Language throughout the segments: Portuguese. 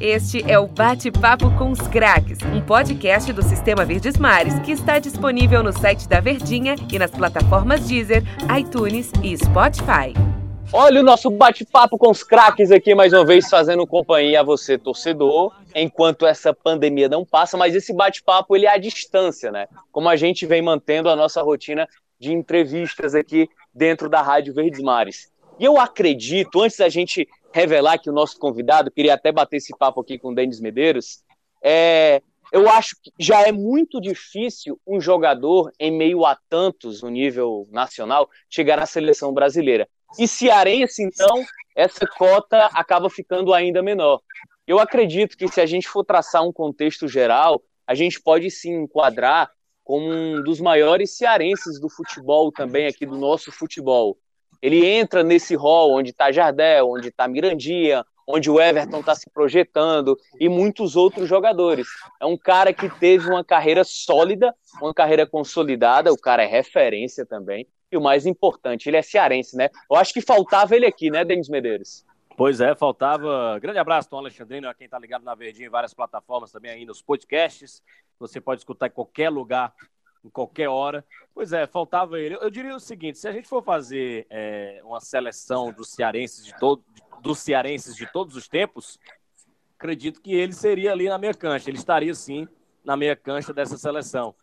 Este é o Bate-Papo com os Craques, um podcast do Sistema Verdes Mares que está disponível no site da Verdinha e nas plataformas Deezer, iTunes e Spotify. Olha o nosso bate-papo com os craques aqui mais uma vez, fazendo companhia a você, torcedor, enquanto essa pandemia não passa, mas esse bate-papo ele é à distância, né? Como a gente vem mantendo a nossa rotina de entrevistas aqui dentro da Rádio Verdes Mares. E eu acredito, antes da gente revelar que o nosso convidado, queria até bater esse papo aqui com o Denis Medeiros, eu acho que já é muito difícil um jogador, em meio a tantos no nível nacional, chegar à seleção brasileira. E cearense, então, essa cota acaba ficando ainda menor. Eu acredito que se a gente for traçar um contexto geral, a gente pode se enquadrar como um dos maiores cearenses do futebol também, aqui do nosso futebol. Ele entra nesse rol onde está Jardel, onde está Mirandinha, onde o Everton está se projetando e muitos outros jogadores. É um cara que teve uma carreira sólida, uma carreira consolidada, o cara é referência também. E o mais importante, ele é cearense, né? Eu acho que faltava ele aqui, né, Denis Medeiros? Pois é, faltava. Grande abraço, Tom Alexandrino, a quem está ligado na Verdinha em várias plataformas também aí nos podcasts. Você pode escutar em qualquer lugar, em qualquer hora. Pois é, faltava ele. Eu diria o seguinte, se a gente for fazer uma seleção dos cearenses de todos os tempos, acredito que ele seria ali na meia cancha. Ele estaria, sim, na meia cancha dessa seleção.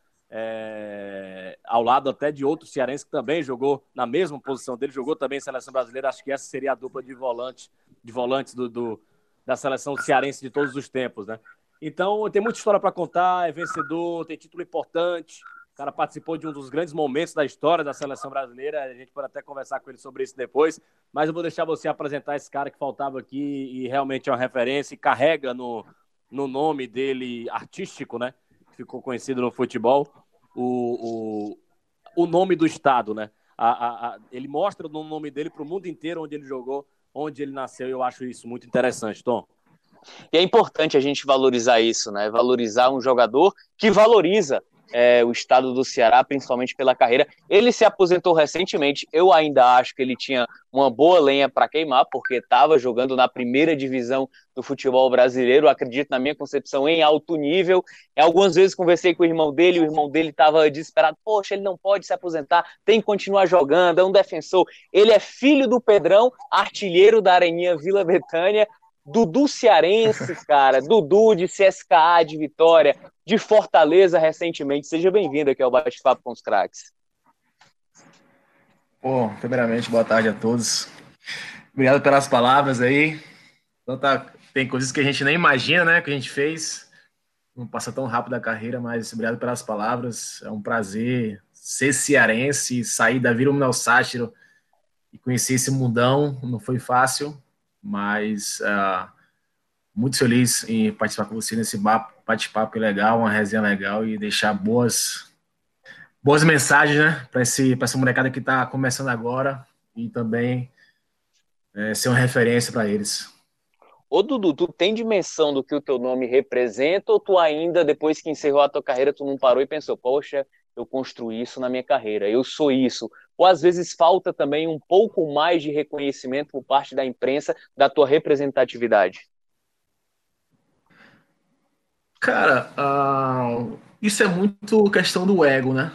Ao lado até de outro cearense que também jogou na mesma posição dele, jogou também em seleção brasileira. Acho que essa seria a dupla de volantes da seleção cearense de todos os tempos, né? Então, tem muita história para contar, é vencedor, tem título importante. O cara participou de um dos grandes momentos da história da seleção brasileira. A gente pode até conversar com ele sobre isso depois, mas eu vou deixar você apresentar esse cara que faltava aqui e realmente é uma referência e carrega no nome dele artístico, né? Ficou conhecido no futebol, o nome do estado, né? Ele mostra o nome dele para o mundo inteiro, onde ele jogou, onde ele nasceu, e eu acho isso muito interessante, Tom. E é importante a gente valorizar isso, né? Valorizar um jogador que valoriza o estado do Ceará, principalmente pela carreira. Ele se aposentou recentemente, eu ainda acho que ele tinha uma boa lenha para queimar, porque estava jogando na primeira divisão do futebol brasileiro, acredito, na minha concepção, em alto nível. Algumas vezes conversei com o irmão dele estava desesperado, poxa, ele não pode se aposentar, tem que continuar jogando, é um defensor. Ele é filho do Pedrão, artilheiro da Areninha Vila Betânia, Dudu cearense, cara, Dudu de CSKA de Vitória, de Fortaleza recentemente. Seja bem-vindo aqui ao Bate-Papo com os Craques. Bom, primeiramente, boa tarde a todos. Obrigado pelas palavras aí. Então, tem coisas que a gente nem imagina, né, que a gente fez. Não passa tão rápido a carreira, mas obrigado pelas palavras. É um prazer ser cearense, sair da Vila Manuel Sátiro e conhecer esse mundão. Não foi fácil, mas muito feliz em participar com você nesse bate-papo legal, uma resenha legal e deixar boas mensagens, né, para essa molecada que está começando agora e também ser uma referência para eles. Ô Dudu, tu tem dimensão do que o teu nome representa ou tu ainda, depois que encerrou a tua carreira, tu não parou e pensou, poxa, eu construí isso na minha carreira, eu sou isso? Ou às vezes falta também um pouco mais de reconhecimento por parte da imprensa da tua representatividade? Cara, isso é muito questão do ego, né?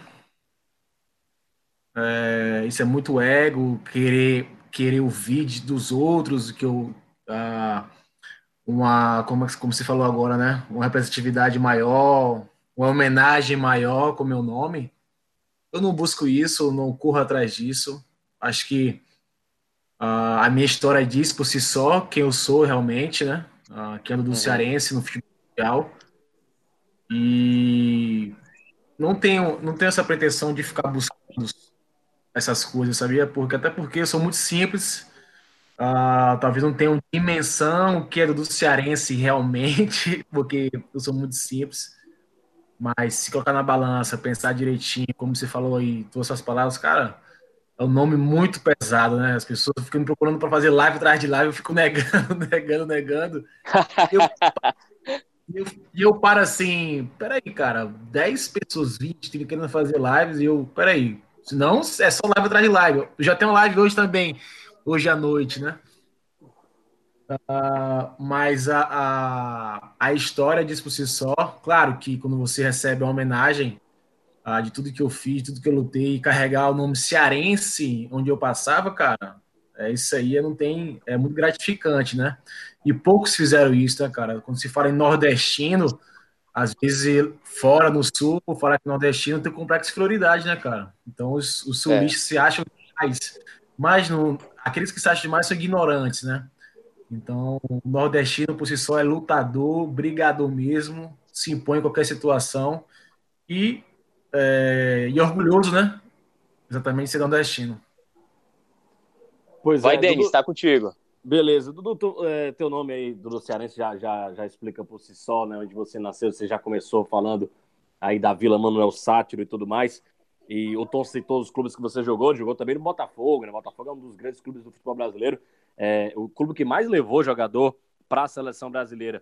Isso é muito ego, querer ouvir dos outros, que eu como você falou agora, né? Uma representatividade maior, uma homenagem maior com o meu nome. Eu não busco isso, eu não corro atrás disso. Acho que a minha história diz por si só quem eu sou realmente, né? Que ando do cearense no futebol. E não tenho essa pretensão de ficar buscando essas coisas, sabia? Até porque eu sou muito simples. Talvez não tenha dimensão que é do cearense realmente, porque eu sou muito simples. Mas se colocar na balança, pensar direitinho, como você falou aí, todas essas palavras, cara, é um nome muito pesado, né? As pessoas ficam me procurando para fazer live atrás de live, eu fico negando, negando. E eu paro assim, peraí, cara, 10 pessoas, 20 querendo fazer lives, e peraí, senão é só live atrás de live. Eu já tenho live hoje também, hoje à noite, né? Mas a história diz por si só. Claro que quando você recebe uma homenagem de tudo que eu fiz, tudo que eu lutei, e carregar o nome cearense onde eu passava, cara, isso aí não tem, é muito gratificante, né? E poucos fizeram isso, né, cara? Quando se fala em nordestino, às vezes fora no sul, falar que nordestino tem complexo de inferioridade, né, cara? Então os É. sulistas se acham demais, mas não, aqueles que se acham demais são ignorantes, né? Então, o nordestino por si só é lutador, brigador mesmo, se impõe em qualquer situação e, e orgulhoso, né? Exatamente ser nordestino. Pois Vai, é, Denis, Dudu. está contigo. Beleza, Dudu, teu nome aí, Dudu Cearense, já explica por si só, né? Onde você nasceu, você já começou falando aí da Vila Manuel Sátiro e tudo mais. E o Tom citou os clubes que você jogou também no Botafogo, né? Botafogo é um dos grandes clubes do futebol brasileiro, o clube que mais levou jogador para a seleção brasileira.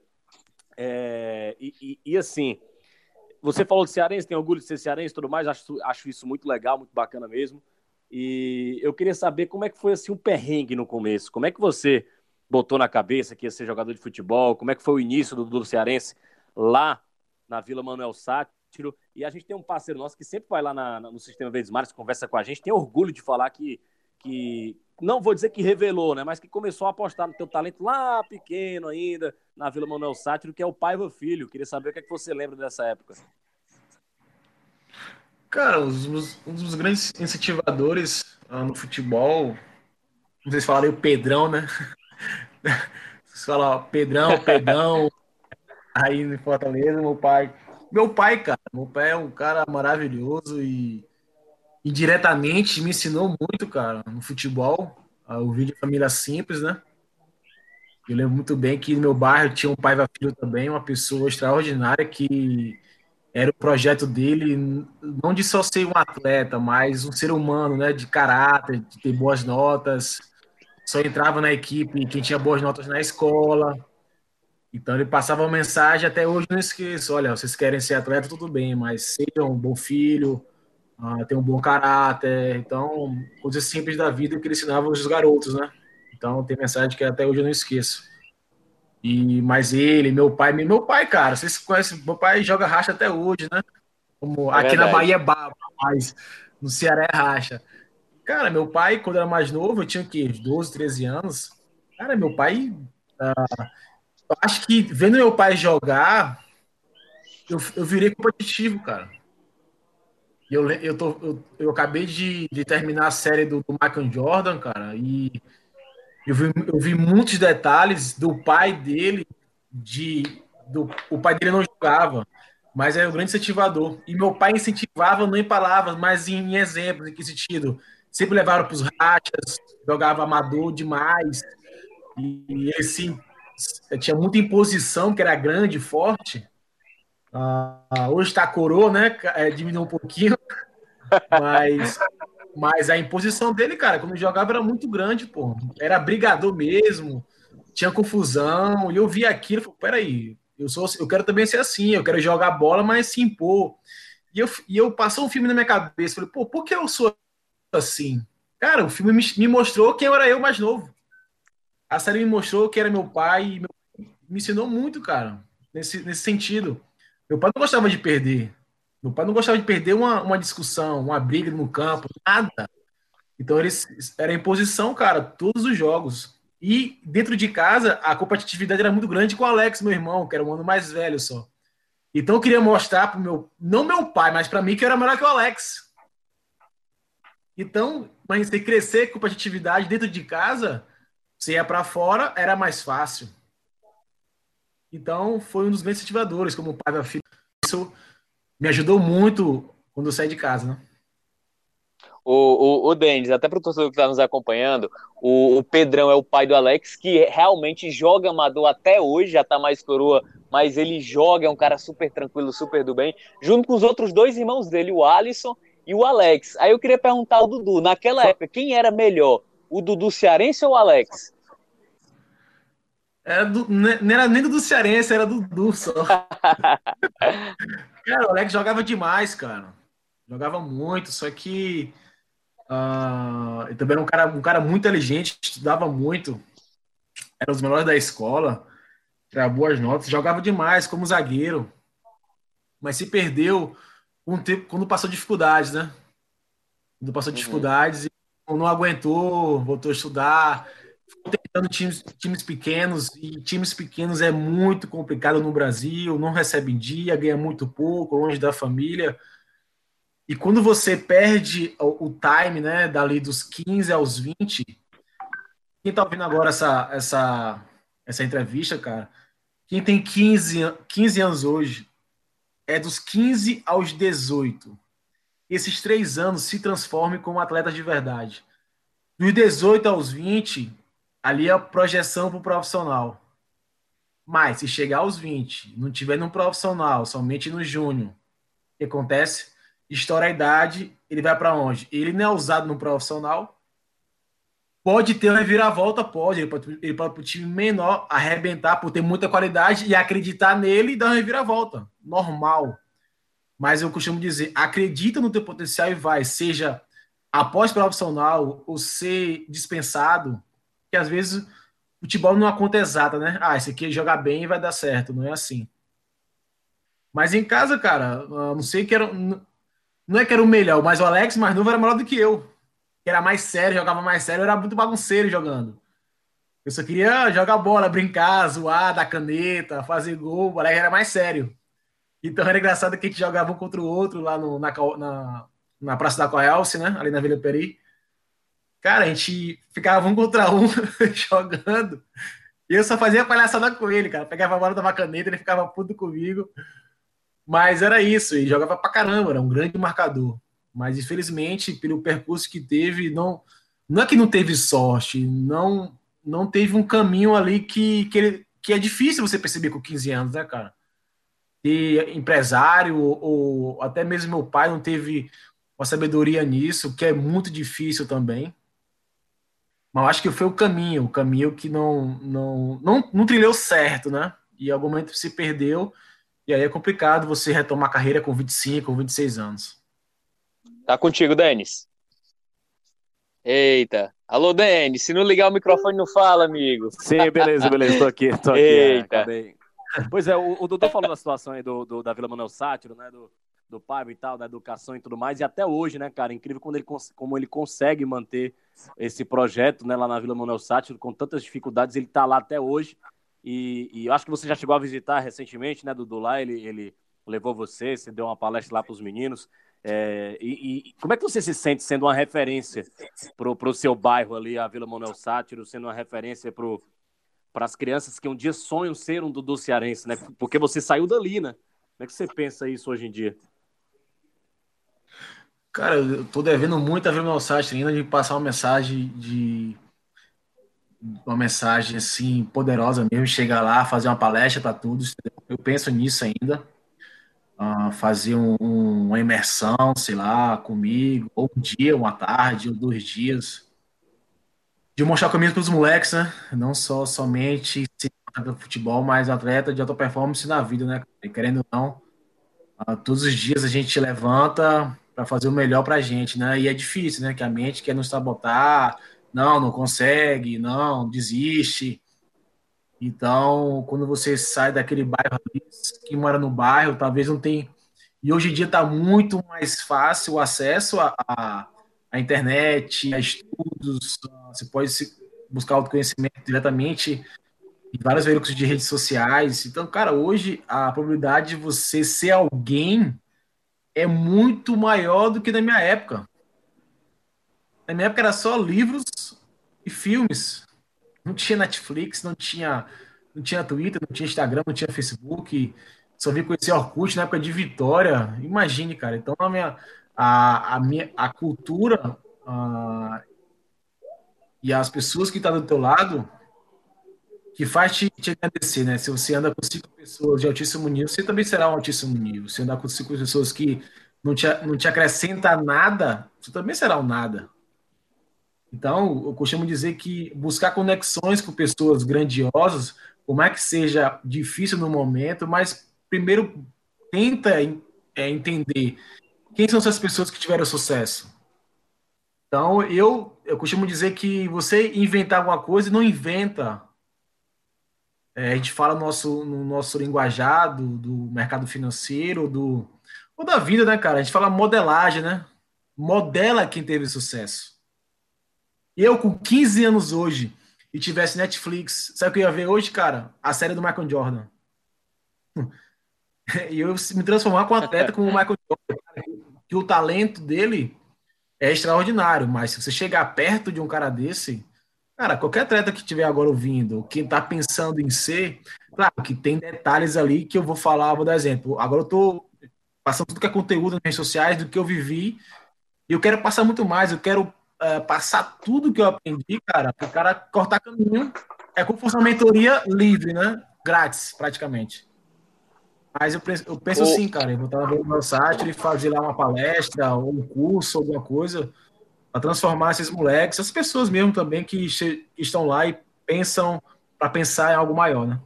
E assim, você falou de cearense, tem orgulho de ser cearense e tudo mais, acho isso muito legal, muito bacana mesmo. E eu queria saber como é que foi assim, um perrengue no começo. Como é que você botou na cabeça que ia ser jogador de futebol? Como é que foi o início do Cearense lá na Vila Manuel Sátiro? E a gente tem um parceiro nosso que sempre vai lá no Sistema Verdes Mares, conversa com a gente, tem orgulho de falar que não vou dizer que revelou, né? Mas que começou a apostar no teu talento lá pequeno ainda, na Vila Manuel Sátiro, que é o Paiva Filho. Queria saber o que é que você lembra dessa época. Cara, um dos grandes incentivadores no futebol, não sei se falaram o Pedrão, né? Se falar Pedrão, aí em Fortaleza, meu pai. Cara, meu pai é um cara maravilhoso e indiretamente me ensinou muito, cara, no futebol. O vídeo Família Simples, né? Eu lembro muito bem que no meu bairro tinha um Paiva Filho também, uma pessoa extraordinária que era o projeto dele, não de só ser um atleta, mas um ser humano, né? De caráter, de ter boas notas. Só entrava na equipe quem tinha boas notas na escola. Então ele passava uma mensagem, até hoje não esqueço. Olha, vocês querem ser atleta, tudo bem, mas sejam um bom filho, tenham um bom caráter. Então, coisas simples da vida que ele ensinava os garotos, né? Então tem mensagem que até hoje eu não esqueço. Mas ele, meu pai, cara, vocês conhecem, meu pai joga racha até hoje, né? Como É aqui na Bahia verdade. é baba, mas no Ceará é racha. Cara, meu pai, quando era mais novo, eu tinha o quê? 12, 13 anos. Cara, meu pai, eu acho que vendo meu pai jogar, eu virei competitivo, cara. Eu acabei de terminar a série do Michael Jordan, cara, e eu vi muitos detalhes do pai dele, o pai dele não jogava, mas era um grande incentivador. E meu pai incentivava não em palavras, mas em exemplos, em que sentido? Sempre levaram para os rachas, jogava amador demais, e ele sim, tinha muita imposição, que era grande, forte. Hoje está coroa, né? Diminuiu um pouquinho, mas a imposição dele, cara, quando jogava era muito grande, pô. Era brigador mesmo, tinha confusão, e eu via aquilo e falei, peraí, eu quero também ser assim, eu quero jogar bola, mas se impor. E eu passou um filme na minha cabeça, falei, pô, por que eu sou assim? Cara, o filme me mostrou quem era eu mais novo. A série me mostrou que era meu pai, e me ensinou muito, cara, nesse sentido. Meu pai não gostava de perder. Meu pai não gostava de perder uma discussão, uma briga no campo, nada. Então era imposição, cara, todos os jogos. E dentro de casa, a competitividade era muito grande com o Alex, meu irmão, que era um ano mais velho só. Então eu queria mostrar pro não meu pai, mas para mim que eu era melhor que o Alex. Então, mas você crescer com competitividade dentro de casa, você ia para fora, era mais fácil. Então, foi um dos grandes incentivadores, como pai da filha. Isso me ajudou muito quando eu saí de casa, né? O Denis, até para o torcedor que está nos acompanhando, o Pedrão é o pai do Alex, que realmente joga amador até hoje, já está mais coroa, mas ele joga, é um cara super tranquilo, super do bem, junto com os outros dois irmãos dele, o Alisson e o Alex. Aí eu queria perguntar ao Dudu, naquela época, quem era melhor, o Dudu Cearense ou o Alex? Não era nem do Cearense, era do Dudu só. Cara, o Alex jogava demais, cara. Jogava muito, só que ele também era um cara muito inteligente, estudava muito. era os melhores da escola, tirava boas notas, jogava demais como zagueiro, mas se perdeu um tempo quando passou dificuldades, né? Quando passou dificuldades e não aguentou, voltou a estudar, ficou tentando times pequenos, e times pequenos é muito complicado no Brasil, não recebe em dia, ganha muito pouco, longe da família. E quando você perde o time, né, dali dos 15 aos 20, quem tá ouvindo agora essa entrevista, cara, quem tem 15 anos hoje, é dos 15 aos 18. Esses 3 anos se transformem como atletas de verdade. Dos 18 aos 20, ali é a projeção para o profissional. Mas se chegar aos 20, não tiver no profissional, somente no júnior, o que acontece? Estoura a idade, ele vai para onde? Ele não é usado no profissional. Pode ter uma reviravolta, pode. Ele pode ir para o time menor, arrebentar por ter muita qualidade e acreditar nele e dar uma reviravolta. Normal. Mas eu costumo dizer, acredita no teu potencial e vai, seja após profissional ou ser dispensado, que às vezes o futebol não é uma conta exata, né? Ah, esse aqui joga bem e vai dar certo, não é assim. Mas em casa, cara, não sei que era... Não é que era o melhor, mas o Alex mais novo era melhor do que eu. Que era mais sério, jogava mais sério, eu era muito bagunceiro jogando. Eu só queria jogar bola, brincar, zoar, dar caneta, fazer gol, o Alex era mais sério. Então era engraçado que a gente jogava um contra o outro lá na Praça da Coelce, né? Ali na Vila Peri. Cara, a gente ficava um contra um jogando. E eu só fazia palhaçada com ele, cara. Pegava a bola, dava caneta, ele ficava puto comigo. Mas era isso, ele jogava pra caramba, era um grande marcador. Mas infelizmente, pelo percurso que teve, não é que não teve sorte, não teve um caminho ali que é difícil você perceber com 15 anos, né, cara? E empresário, ou até mesmo meu pai não teve uma sabedoria nisso, que é muito difícil também. Mas eu acho que foi o caminho que não trilhou certo, né? E em algum momento se perdeu, e aí é complicado você retomar a carreira com 25 ou 26 anos. Tá contigo, Denis. Eita. Alô, Denis, se não ligar o microfone, não fala, amigo. Sim, beleza, tô aqui. Eita. Pois é, o Dudu falou da situação aí da Vila Manuel Sátiro, né, do Paiva e tal, da educação e tudo mais, e até hoje, né, cara, incrível como ele consegue manter esse projeto, né, lá na Vila Manuel Sátiro, com tantas dificuldades, ele tá lá até hoje, e eu acho que você já chegou a visitar recentemente, né, Dudu, lá, ele levou você deu uma palestra lá para os meninos, e como é que você se sente sendo uma referência pro seu bairro ali, a Vila Manuel Sátiro, sendo uma referência para as crianças que um dia sonham ser um Dudu cearense, né? Porque você saiu dali, né? Como é que você pensa isso hoje em dia? Cara, eu tô devendo muito a Vila Manuel Sátiro ainda de passar uma mensagem assim poderosa mesmo, chegar lá, fazer uma palestra para todos. Eu penso nisso ainda. Fazer uma imersão, sei lá, comigo, ou um dia, uma tarde, ou 2 dias, de mostrar o caminho para os moleques, né? Não somente ser atleta de futebol, mas atleta de alta performance na vida, né? E querendo ou não, todos os dias a gente levanta para fazer o melhor para a gente, né? E é difícil, né? Que a mente quer nos sabotar, não consegue, não, desiste. Então, quando você sai daquele bairro ali, que mora no bairro, talvez não tenha. E hoje em dia está muito mais fácil o acesso à internet, a estudos. Você pode buscar autoconhecimento diretamente em vários veículos de redes sociais. Então, cara, hoje a probabilidade de você ser alguém é muito maior do que na minha época. Na minha época era só livros e filmes. Não tinha Netflix, não tinha Twitter, não tinha Instagram, não tinha Facebook. Só vi conhecer Orkut na época de Vitória. Imagine, cara. Então, a cultura e as pessoas que estão do teu lado que faz te agradecer, né? Se você anda com 5 pessoas de altíssimo nível, você também será um altíssimo nível. Se andar com 5 pessoas que não te acrescenta nada, você também será um nada. Então, eu costumo dizer que buscar conexões com pessoas grandiosas, por mais que seja difícil no momento, mas primeiro tenta entender quem são essas pessoas que tiveram sucesso. Então, eu costumo dizer que você inventar alguma coisa, não inventa A gente fala no nosso linguajar do mercado financeiro, ou da vida, né, cara? A gente fala modelagem, né? Modela quem teve sucesso. Eu, com 15 anos hoje, e tivesse Netflix, sabe o que eu ia ver hoje, cara? A série do Michael Jordan. E eu me transformar com um atleta como o Michael Jordan, que o talento dele é extraordinário, mas se você chegar perto de um cara desse, cara, qualquer atleta que estiver agora ouvindo, quem está pensando em ser, claro que tem detalhes ali que eu vou falar, vou dar exemplo. Agora eu estou passando tudo que é conteúdo nas redes sociais do que eu vivi, e eu quero passar muito mais, eu quero passar tudo que eu aprendi, cara, para o cara cortar caminho. É como se fosse uma mentoria livre, né? Grátis, praticamente. Mas eu penso O, assim, cara, eu vou estar no meu site e fazer lá uma palestra, ou um curso, alguma coisa, para transformar esses moleques, essas pessoas mesmo também que estão lá e pensam, para pensar em algo maior, né?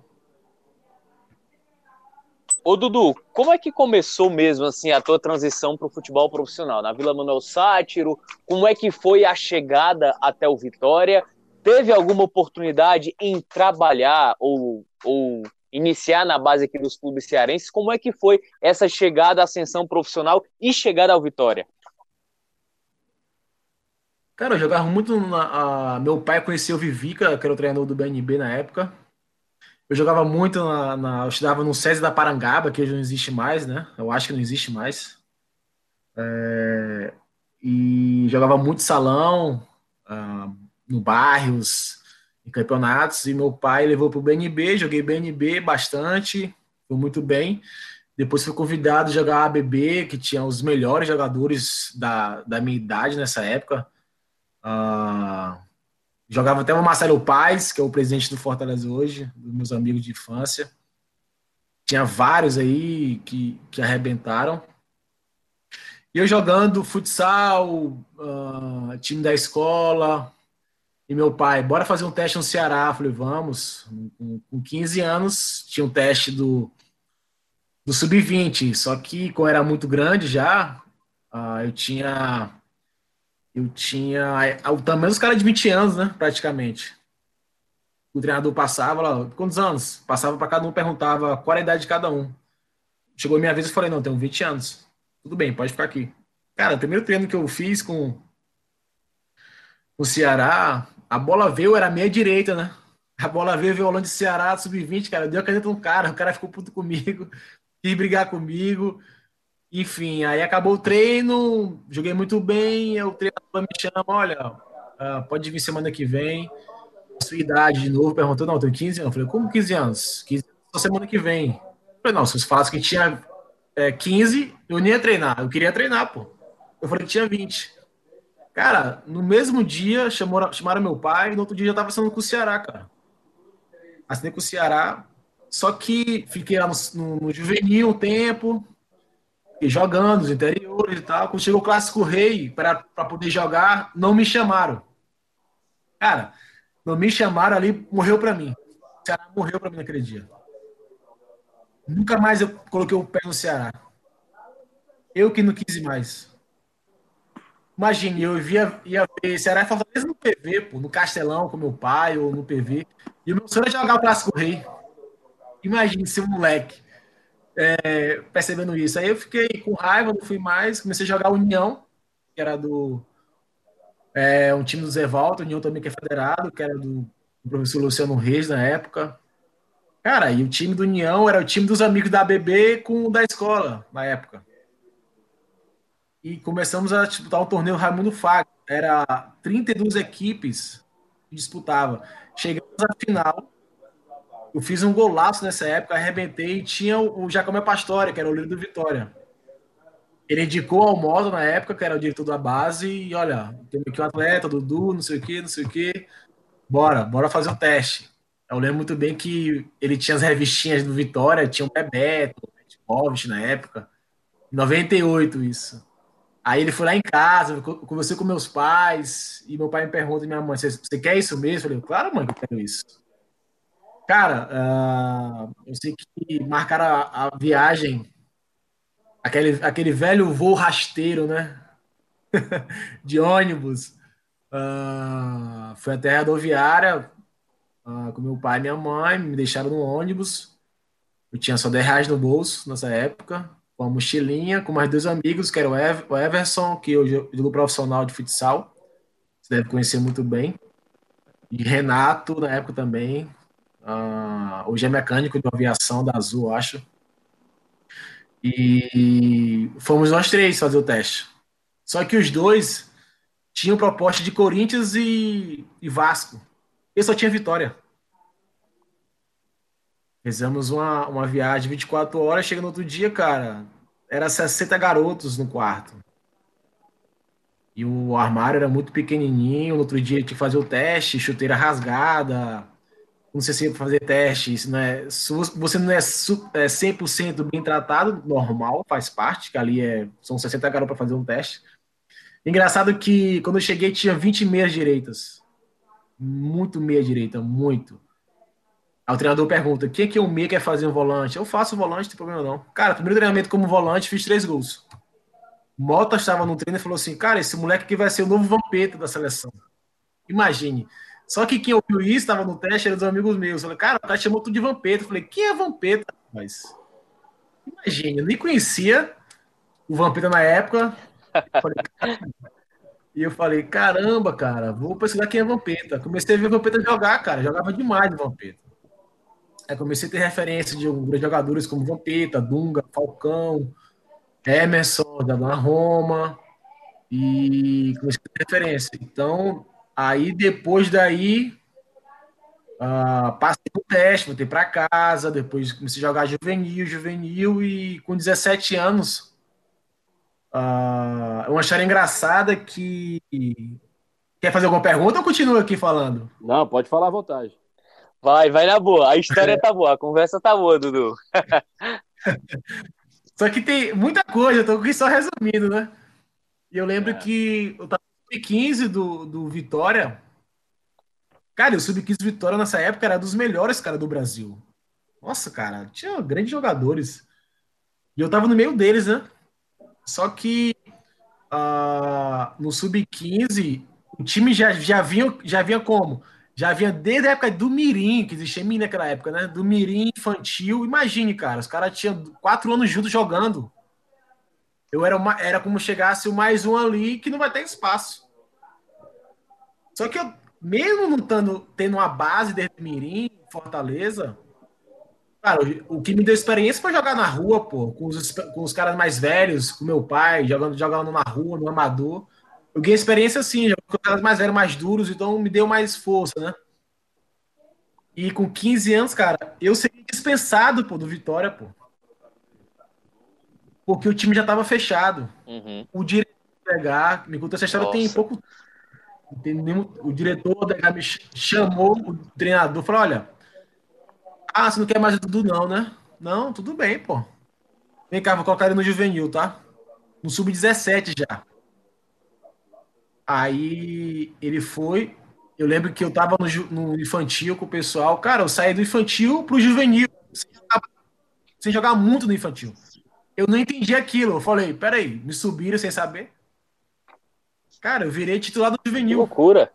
Ô Dudu, como é que começou mesmo assim a tua transição para o futebol profissional? Na Vila Manuel Sátiro, como é que foi a chegada até o Vitória? Teve alguma oportunidade em trabalhar ou iniciar na base aqui dos clubes cearenses? Como é que foi essa chegada, ascensão profissional e chegada ao Vitória? Cara, eu jogava muito meu pai conheceu o Vivica, que era o treinador do BNB na época. Eu jogava muito eu estudava no SESI da Parangaba, que hoje não existe mais, né? Eu acho que não existe mais. E jogava muito salão, ah, no bairros, em campeonatos, e meu pai levou para o BNB, joguei BNB bastante, foi muito bem. Depois fui convidado a jogar ABB, que tinha os melhores jogadores da minha idade nessa época. Ah, jogava até o Marcelo Paes, que é o presidente do Fortaleza hoje, dos meus amigos de infância. Tinha vários aí que arrebentaram. E eu jogando futsal, time da escola, e meu pai, bora fazer um teste no Ceará. Eu falei, vamos. Com 15 anos, tinha um teste do Sub-20, só que como era muito grande já, eu tinha o tamanho dos caras de 20 anos, né, praticamente. O treinador passava lá, quantos anos? Passava para cada um, perguntava qual era a idade de cada um. Chegou a minha vez, eu falei, não, tenho 20 anos. Tudo bem, pode ficar aqui. Cara, o primeiro treino que eu fiz com o Ceará, a bola veio, era meia direita, né? A bola veio, violão de Ceará, sub-20, cara, deu a caneta no cara, o cara ficou puto comigo, quis brigar comigo. Enfim, aí acabou o treino, joguei muito bem, o treinador me chama, olha, pode vir semana que vem, sua idade de novo, perguntou, não, eu tenho 15 anos. Eu falei, como 15 anos? 15 anos só semana que vem. Eu falei, não, se você falasse que tinha 15, eu nem ia treinar, eu queria treinar, pô. Eu falei que tinha 20. Cara, no mesmo dia, chamaram meu pai, no outro dia eu já tava assinando com o Ceará, cara. Assinei com o Ceará, só que fiquei lá no juvenil um tempo, e jogando nos interiores e tal. Quando chegou o Clássico Rei para poder jogar, não me chamaram. Cara, não me chamaram ali, morreu para mim. O Ceará morreu para mim naquele dia. Nunca mais eu coloquei o pé no Ceará. Eu que não quis mais. Imagine, ia ver Ceará e Fortaleza no PV, pô, no Castelão com meu pai ou no PV. E o meu sonho era jogar o Clássico Rei. Imagine ser um moleque percebendo isso. Aí eu fiquei com raiva, não fui mais. Comecei a jogar União, que era um time do Zé Walter, União também que é federado, que era do professor Luciano Reis na época. Cara, e o time do União era o time dos amigos da ABB com o da escola, na época. E começamos a disputar um torneio Raimundo Faga. Era 32 equipes que disputavam. Chegamos à final. Eu fiz um golaço nessa época, arrebentei. E tinha o Jacomé Pastori, que era o líder do Vitória. Ele indicou ao Modo na época, que era o diretor da base, e olha, tem aqui um atleta, Dudu, não sei o quê, não sei o quê. Bora fazer o teste. Eu lembro muito bem que ele tinha as revistinhas do Vitória, tinha o Bebeto, o Petkovic na época. Em 98, isso. Aí ele foi lá em casa, eu conversei com meus pais, e meu pai me pergunta, minha mãe, você quer isso mesmo? Eu falei, claro, mãe, que eu quero isso. Cara, eu sei que marcaram a viagem, aquele velho voo rasteiro, né? De ônibus. Foi até a rodoviária, com meu pai e minha mãe, me deixaram no ônibus. Eu tinha só R$ 10 no bolso nessa época, com uma mochilinha, com mais 2 amigos, que era o Everson, que hoje é jogo profissional de futsal, você deve conhecer muito bem, e Renato, na época também, hoje é mecânico de aviação da Azul, acho. E fomos nós três fazer o teste. Só que os dois tinham proposta de Corinthians e Vasco. Eu só tinha Vitória. Fizemos uma viagem de 24 horas, chega no outro dia, cara, era 60 garotos no quarto. E o armário era muito pequenininho, no outro dia tinha que fazer o teste, chuteira rasgada, não sei se ia fazer teste, isso não é, se você não é 100% bem tratado, normal, faz parte, que ali são 60 garotos para fazer um teste. Engraçado que quando eu cheguei tinha 20 meias direitas. Muito meia direita, muito. Aí o treinador pergunta: quem é que o meia quer fazer um volante? Eu faço o volante, não tem problema não. Cara, primeiro treinamento como volante, fiz 3 gols. Mota estava no treino e falou assim: cara, esse moleque aqui vai ser o novo Vampeta da seleção. Imagine. Só que quem ouviu isso, estava no teste, eram dos amigos meus. Eu falei: cara, o cara chamou tudo de Vampeta. Eu falei: quem é Vampeta? Mas imagine, eu nem conhecia o Vampeta na época. Eu falei: caramba, cara, vou pesquisar quem é Vampeta. Comecei a ver Vampeta jogar, cara, jogava demais o Vampeta. Aí comecei a ter referência de alguns jogadores como Vampeta, Dunga, Falcão, Emerson, da Roma, e comecei a ter referência. Então, aí depois daí, passei no teste, voltei para casa, depois comecei a jogar juvenil, e com 17 anos, uma história engraçada que... Quer fazer alguma pergunta ou continua aqui falando? Não, pode falar à vontade. Vai na boa. A história tá boa, a conversa tá boa, Dudu. Só que tem muita coisa, eu tô aqui só resumindo, né? E eu lembro que eu tava no sub-15 do Vitória. Cara, o sub-15 Vitória nessa época era dos melhores, cara, do Brasil. Nossa, cara, tinha grandes jogadores. E eu tava no meio deles, né? Só que no sub-15 o time já vinha como? Já vinha desde a época do Mirim, que existia Mirim naquela época, né? Do Mirim infantil. Imagine, cara, os caras tinham 4 anos juntos jogando. Eu era como chegasse o mais um ali que não vai ter espaço. Só que eu, mesmo não tendo uma base desde Mirim, Fortaleza, cara, o que me deu experiência foi jogar na rua, pô, com os caras mais velhos, com meu pai, jogando na rua, no amador. Eu ganhei experiência assim, jogando com os caras mais velhos, mais duros, então me deu mais força, né? E com 15 anos, cara, eu seria dispensado, pô, do Vitória, pô. Porque o time já tava fechado. Uhum. O diretor pegar, me contou essa história tem pouco. O diretor me chamou, o treinador falou: olha, você não quer mais o Dudu, não, né? Não, tudo bem, pô. Vem cá, vou colocar ele no juvenil, tá? No sub-17 já. Aí ele foi. Eu lembro que eu tava no infantil com o pessoal. Cara, eu saí do infantil pro juvenil, sem jogar muito no infantil. Eu não entendi aquilo. Eu falei: peraí, me subiram sem saber. Cara, eu virei titular do juvenil. Que loucura.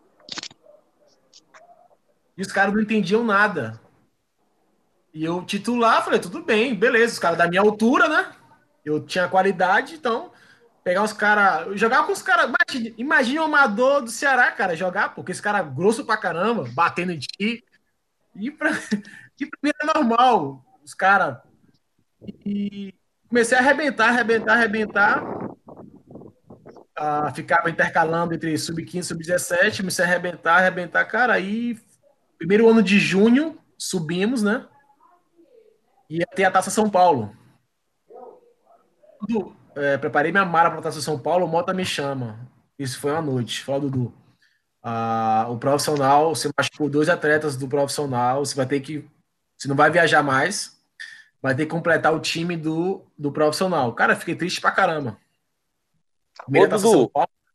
E os caras não entendiam nada. E eu titular, falei: tudo bem, beleza. Os caras da minha altura, né? Eu tinha qualidade, então pegar os caras. Jogar com os caras. Imagina o amador do Ceará, cara, jogar, porque esse cara grosso pra caramba, batendo em ti. E pra mim é normal. Os caras. E comecei a arrebentar. Ficava intercalando entre sub-15 e sub-17. Comecei a arrebentar, cara. Aí, primeiro ano de junho, subimos, né? Ia ter a Taça São Paulo. Preparei minha mala para a Taça São Paulo, o Mota me chama. Isso foi uma noite. Fala, Dudu. O profissional, você machucou 2 atletas do profissional, você vai ter que. Você não vai viajar mais, vai ter que completar o time do profissional. Cara, fiquei triste pra caramba. Ô, Dudu,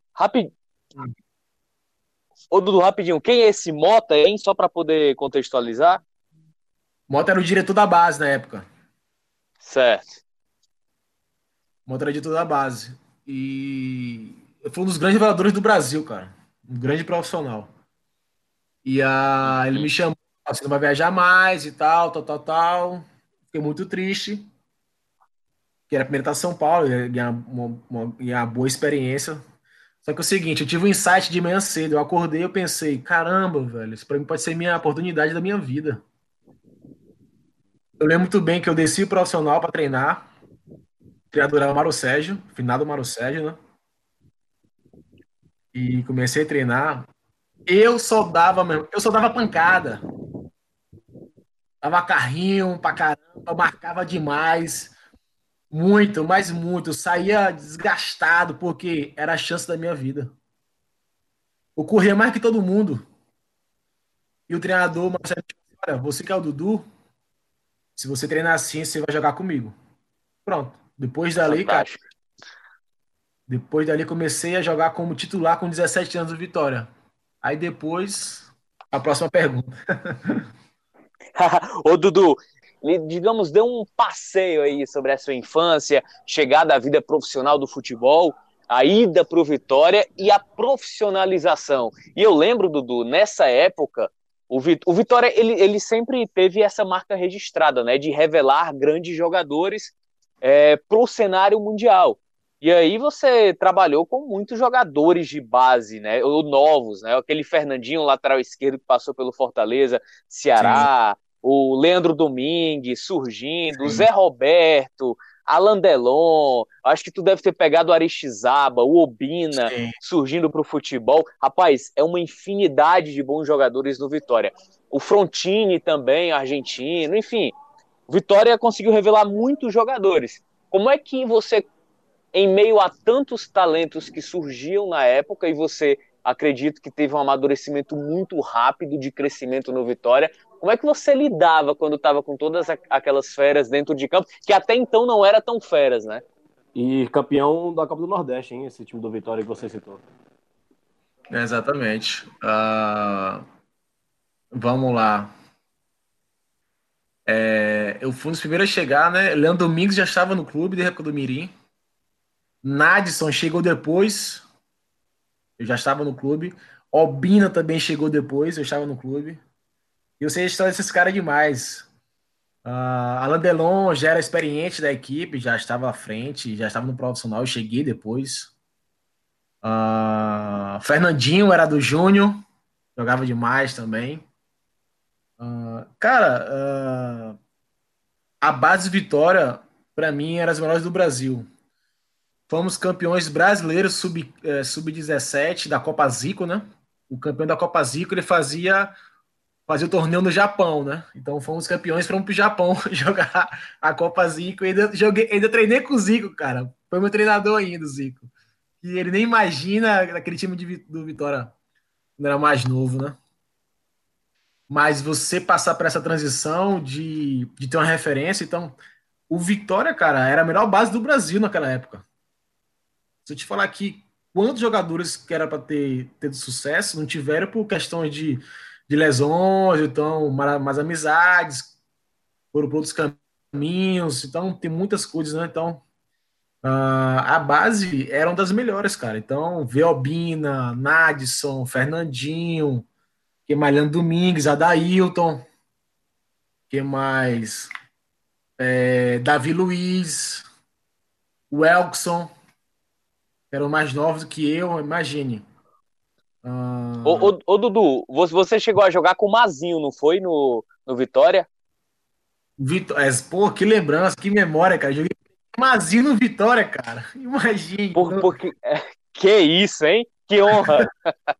rapidinho, quem é esse Mota, hein? Só para poder contextualizar. Mota era o diretor da base na época. Certo. Mota era o diretor da base. E foi um dos grandes jogadores do Brasil, cara. Um grande profissional. E ele me chamou Você não vai viajar mais e tal, tal, tal, tal. Fiquei muito triste. Que era primeiro estar em São Paulo, ia ganhar uma boa experiência. Só que é o seguinte, eu tive um insight de manhã cedo. Eu acordei e eu pensei, caramba, velho, isso pra mim pode ser minha oportunidade da minha vida. Eu lembro muito bem que eu desci o profissional para treinar. O treinador era o Mário Sérgio, finado Mário Sérgio, né? E comecei a treinar. Eu só dava pancada. Dava carrinho pra caramba, marcava demais. Muito, mas muito. Eu saía desgastado, porque era a chance da minha vida. Eu corria mais que todo mundo. E o treinador, Marcelo, disse, olha, você que é o Dudu, se você treinar assim, você vai jogar comigo. Pronto. Fantástico. Depois dali comecei a jogar como titular com 17 anos do Vitória. Aí depois, a próxima pergunta. Ô, Dudu, digamos, dê um passeio aí sobre a sua infância, chegada à vida profissional do futebol, a ida para o Vitória e a profissionalização. E eu lembro, Dudu, nessa época, o Vitória ele sempre teve essa marca registrada, né, de revelar grandes jogadores para o cenário mundial. E aí você trabalhou com muitos jogadores de base, né, ou novos, né, aquele Fernandinho, lateral esquerdo que passou pelo Fortaleza, Sim, Ceará, o Leandro Domingues surgindo, o sim, Zé Roberto, Alan Delon, acho que tu deve ter pegado o Aristizábal, o Obina sim. surgindo para o futebol. Rapaz, é uma infinidade de bons jogadores no Vitória. O Frontini também, argentino, enfim. O Vitória conseguiu revelar muitos jogadores. Como é que você, em meio a tantos talentos que surgiam na época, e você acredita que teve um amadurecimento muito rápido de crescimento no Vitória, como é que você lidava quando estava com todas aquelas feras dentro de campo, que até então não era tão feras, né? E campeão da Copa do Nordeste, hein? Esse time do Vitória que você citou. Exatamente. Vamos lá. Eu fui um dos primeiros a chegar, né? Leandro Domingues já estava no clube de Reco do Mirim. Nadson chegou depois. Eu já estava no clube. Obina também chegou depois. Eu estava no clube. E eu sei a história desses caras demais. Alain Delon já era experiente da equipe, já estava à frente, já estava no profissional. Eu cheguei depois. Fernandinho era do Júnior. Jogava demais também. Cara, a base Vitória, para mim, era as melhores do Brasil. Fomos campeões brasileiros sub-17 da Copa Zico, né? O campeão da Copa Zico, ele fazia o torneio no Japão, né? Então fomos campeões, fomos pro Japão jogar a Copa Zico. Ainda treinei com o Zico, cara. Foi meu treinador ainda, o Zico. E ele nem imagina aquele time do Vitória quando era mais novo, né? Mas você passar por essa transição de ter uma referência, então o Vitória, cara, era a melhor base do Brasil naquela época. Se eu te falar aqui quantos jogadores que era para ter sucesso, não tiveram por questões de lesões, então, mais amizades, foram por outros caminhos, então tem muitas coisas, né? Então, a base era uma das melhores, cara. Então, Veobina, Nadson, Fernandinho, que mais? Leandro Domingues, Adailton, que mais? Davi Luiz, o Elkson, que eram mais novos do que eu, imagine. Ô, Dudu, você chegou a jogar com o Mazinho, não foi? No Vitória? Vitor, pô, que lembrança, que memória, cara. Joguei Mazinho no Vitória, cara. Imagine. Porque, que isso, hein? Que honra!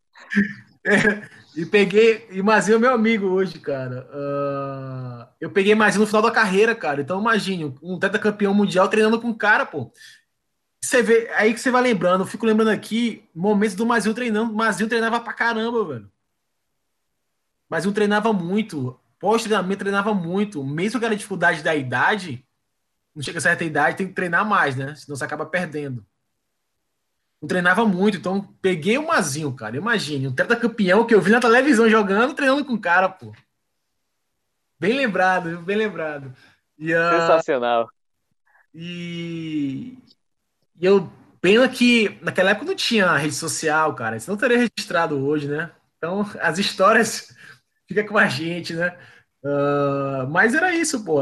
E peguei. E Mazinho é meu amigo hoje, cara. Eu peguei Mazinho no final da carreira, cara. Então imagine, um tetracampeão mundial treinando com um cara, pô. Você vê, aí que você vai lembrando, eu fico lembrando aqui momentos do Mazinho treinando. Mazinho treinava pra caramba, velho. Mazinho treinava muito. Pós-treinamento treinava muito. Mesmo que era dificuldade da idade, não chega a certa idade, tem que treinar mais, né? Senão você acaba perdendo. Não treinava muito, então peguei o Mazinho, cara. Imagine, um tetracampeão que eu vi na televisão jogando, treinando com o cara, pô. Bem lembrado, viu? Bem lembrado. E, Sensacional. e, e eu, pena que naquela época não tinha rede social, cara. Isso não teria registrado hoje, né? Então, as histórias fica com a gente, né? Mas era isso, pô.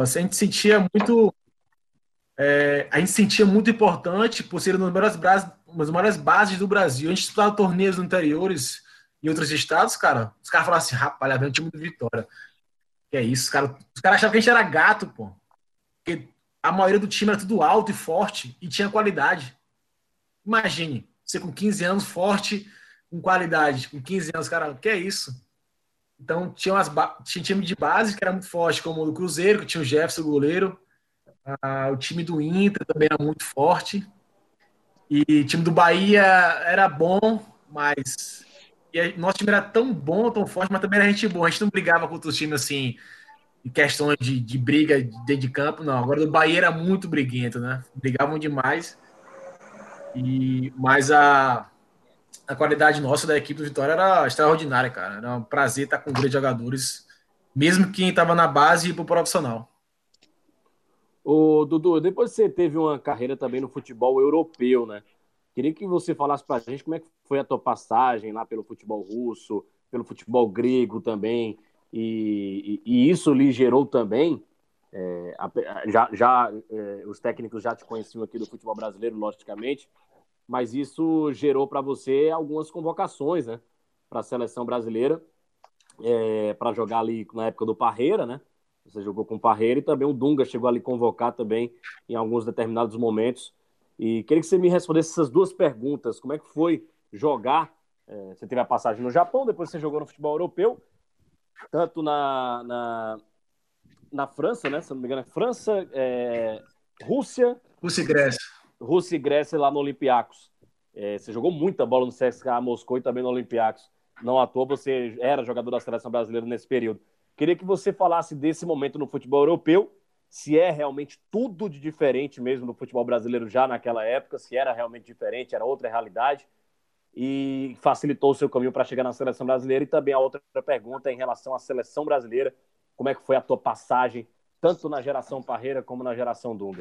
A gente sentia muito importante por ser uma das maiores bases do Brasil. A gente disputava torneios anteriores em outros estados, cara. Os caras falavam assim, rapaz, lá vem o time do Vitória. Que é isso, os caras achavam que a gente era gato, pô. Porque a maioria do time era tudo alto e forte e tinha qualidade. Imagine, você com 15 anos, forte, com qualidade. Com 15 anos, cara, que é isso? Então, tinha time de base que era muito forte, como o do Cruzeiro, que tinha o Jefferson, o goleiro. O time do Inter também era muito forte. E o time do Bahia era bom, mas nosso time era tão bom, tão forte, mas também era gente boa. A gente não brigava contra os times assim, em questões de briga dentro de campo, não. Agora o Bahia era muito briguento, né? Brigavam demais. Mas a qualidade nossa da equipe do Vitória era extraordinária, cara. Era um prazer estar com grandes jogadores, mesmo quem estava na base e pro profissional. Ô, Dudu, depois você teve uma carreira também no futebol europeu, né? Queria que você falasse pra gente como é que foi a tua passagem lá pelo futebol russo, pelo futebol grego também, e isso lhe gerou também, os técnicos já te conheciam aqui do futebol brasileiro, logicamente, mas isso gerou para você algumas convocações, né? Para a seleção brasileira, para jogar ali na época do Parreira, né? Você jogou com o Parreira e também o Dunga chegou ali convocar também em alguns determinados momentos. E queria que você me respondesse essas duas perguntas. Como é que foi jogar? Você teve a passagem no Japão, depois você jogou no futebol europeu, tanto na França, né? Se não me engano, é França, Rússia. Rússia e Grécia lá no Olympiacos. Você jogou muita bola no CSKA Moscou e também no Olympiacos. Não à toa você era jogador da seleção brasileira nesse período. Queria que você falasse desse momento no futebol europeu, se é realmente tudo de diferente mesmo no futebol brasileiro já naquela época, se era realmente diferente, era outra realidade, e facilitou o seu caminho para chegar na seleção brasileira. E também a outra pergunta em relação à seleção brasileira, como é que foi a tua passagem, tanto na geração Parreira como na geração Dunga?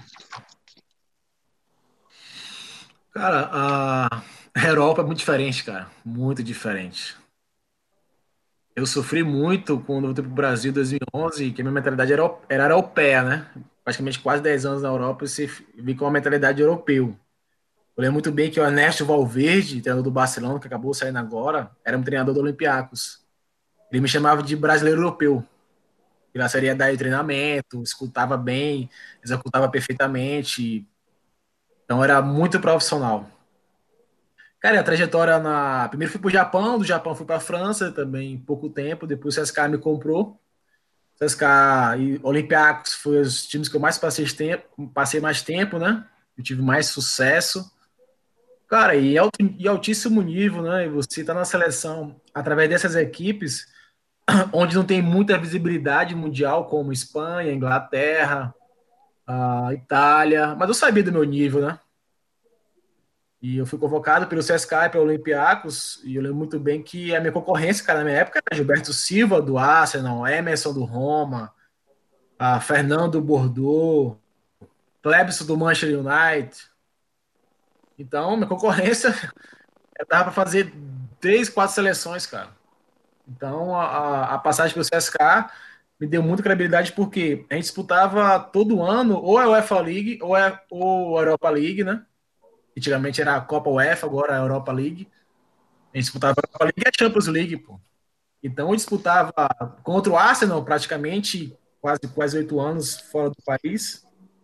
Cara, a Europa é muito diferente, cara. Muito diferente. Eu sofri muito quando eu voltei para o Brasil em 2011, que a minha mentalidade era europeia, né? Praticamente quase 10 anos na Europa, você vi com uma mentalidade europeu. Eu lembro muito bem que o Ernesto Valverde, treinador do Barcelona, que acabou saindo agora, era um treinador do Olympiacos. Ele me chamava de brasileiro europeu. Ele seria dar treinamento, escutava bem, executava perfeitamente. Então era muito profissional. Cara, a trajetória primeiro fui pro Japão, do Japão fui pra França também, em pouco tempo. Depois o CSKA me comprou. CSKA e Olympiacos foi os times que eu mais passei mais tempo, né? Eu tive mais sucesso. Cara, e altíssimo nível, né? E você tá na seleção através dessas equipes, onde não tem muita visibilidade mundial, como Espanha, Inglaterra, a Itália. Mas eu sabia do meu nível, né? E eu fui convocado pelo CSKA e pelo Olympiacos, e eu lembro muito bem que a minha concorrência, cara, na minha época era Gilberto Silva, do Arsenal, Emerson, do Roma, Fernando do Bordeaux, Clebson, do Manchester United. Então, minha concorrência, eu dava para fazer 3, 4 seleções, cara. Então, a passagem pelo CSKA me deu muita credibilidade, porque a gente disputava todo ano, ou a UEFA League, ou a Europa League, né? Antigamente era a Copa UEFA, agora a Europa League. A gente disputava a Europa League e a Champions League, pô. Então eu disputava contra o Arsenal praticamente quase 8 anos fora do país.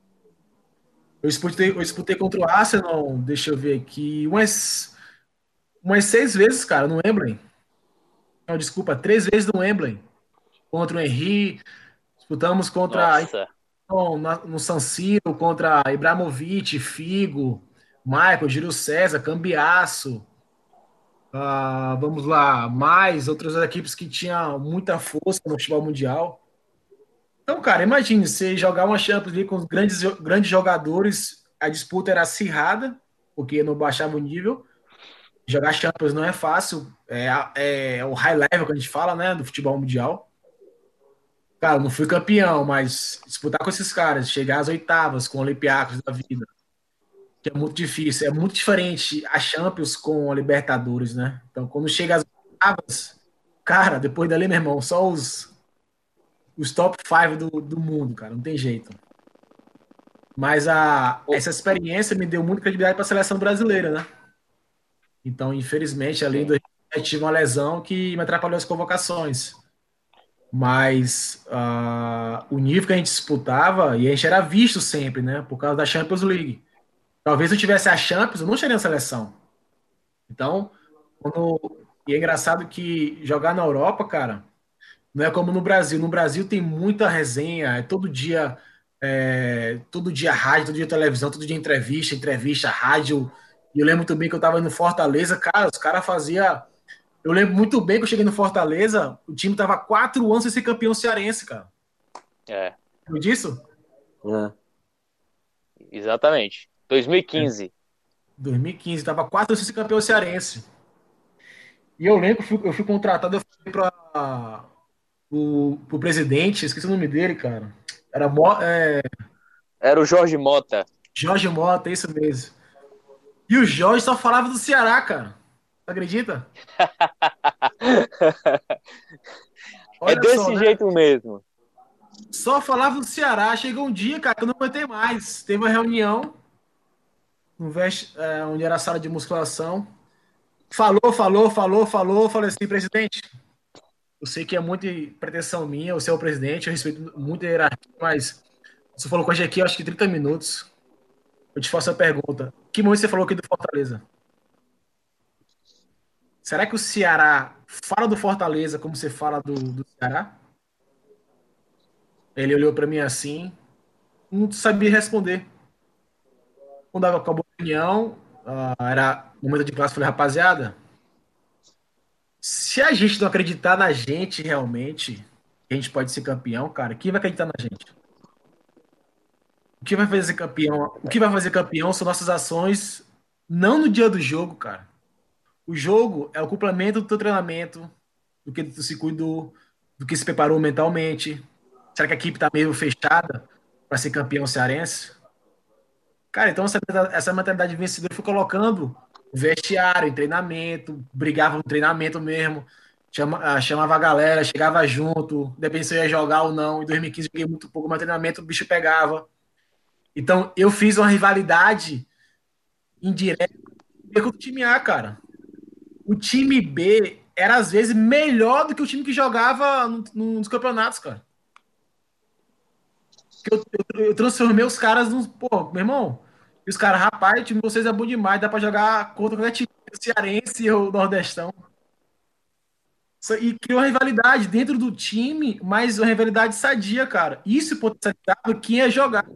Eu disputei contra o Arsenal, deixa eu ver aqui, umas 6 vezes, cara, no Wembley. Não, desculpa, 3 vezes no Wembley. Contra o Henry, disputamos contra no San Siro, contra Ibrahimovic, Figo, Michael, Júlio César, Cambiasso. Vamos lá, mais outras equipes que tinham muita força no futebol mundial. Então, cara, imagine você jogar uma Champions League com grandes jogadores, a disputa era acirrada, porque não baixava o nível. Jogar Champions não é fácil, é o high level que a gente fala, né, do futebol mundial. Cara, não fui campeão, mas disputar com esses caras, chegar às oitavas com Olympiacos da vida, que é muito difícil, é muito diferente a Champions com a Libertadores, né? Então, quando chega às oitavas, Cara, depois dali, meu irmão, só os top 5 do mundo, cara, não tem jeito. Mas Pô, essa experiência me deu muita credibilidade para a seleção brasileira, né? Então, infelizmente, ali em sim. 2007 tive uma lesão que me atrapalhou as convocações. Mas o nível que a gente disputava, e a gente era visto sempre, né? Por causa da Champions League. Talvez eu tivesse a Champions, eu não estaria na seleção. Então, e é engraçado que jogar na Europa, cara, não é como no Brasil. No Brasil tem muita resenha, todo dia rádio, todo dia televisão, todo dia entrevista, rádio. E eu lembro muito bem que eu tava no Fortaleza, cara, os caras faziam. Eu lembro muito bem que eu cheguei no Fortaleza, o time tava 4 anos sem ser campeão cearense, cara. É, Lembra disso? exatamente. 2015. 2015, tava 4 anos sem ser campeão cearense. E eu lembro que eu fui contratado, eu fui para o presidente, esqueci o nome dele, cara. Era Era o Jorge Mota. Jorge Mota, é isso mesmo. E o Jorge só falava do Ceará, cara. Você acredita? É Olha só, desse né? jeito mesmo. Só falava do Ceará. Chegou um dia, cara, que eu não aguentei mais. Teve uma reunião onde era a sala de musculação. Falou. Falei assim, presidente, eu sei que é muita pretensão minha, você é o presidente, eu respeito muito a hierarquia, mas você falou com a gente aqui, acho que 30 minutos. Eu te faço a pergunta. Que momento você falou aqui do Fortaleza? Será que o Ceará fala do Fortaleza como você fala do Ceará? Ele olhou para mim assim, não sabia responder. Quando acabou a reunião, era momento de classe, eu falei, rapaziada, se a gente não acreditar na gente realmente, que a gente pode ser campeão, cara, quem vai acreditar na gente? O que vai fazer campeão? O que vai fazer campeão são nossas ações, não no dia do jogo, cara. O jogo é o complemento do teu treinamento, do que tu se cuidou, do que se preparou mentalmente. Será que a equipe tá meio fechada para ser campeão cearense? Cara, então essa mentalidade vencedora foi colocando o vestiário, em treinamento, brigava no treinamento mesmo, chamava a galera, chegava junto, depende se eu ia jogar ou não. Em 2015 eu joguei muito pouco, mas treinamento o bicho pegava. Então eu fiz uma rivalidade indireta com o time A, cara. O time B era às vezes melhor do que o time que jogava nos campeonatos, cara. Eu transformei os caras nos. Pô, meu irmão. E os caras, rapaz, o time de vocês é bom demais, dá pra jogar contra qualquer time cearense ou nordestão. E criou uma rivalidade dentro do time, mas uma rivalidade sadia, cara. Isso potencializava quem ia jogar.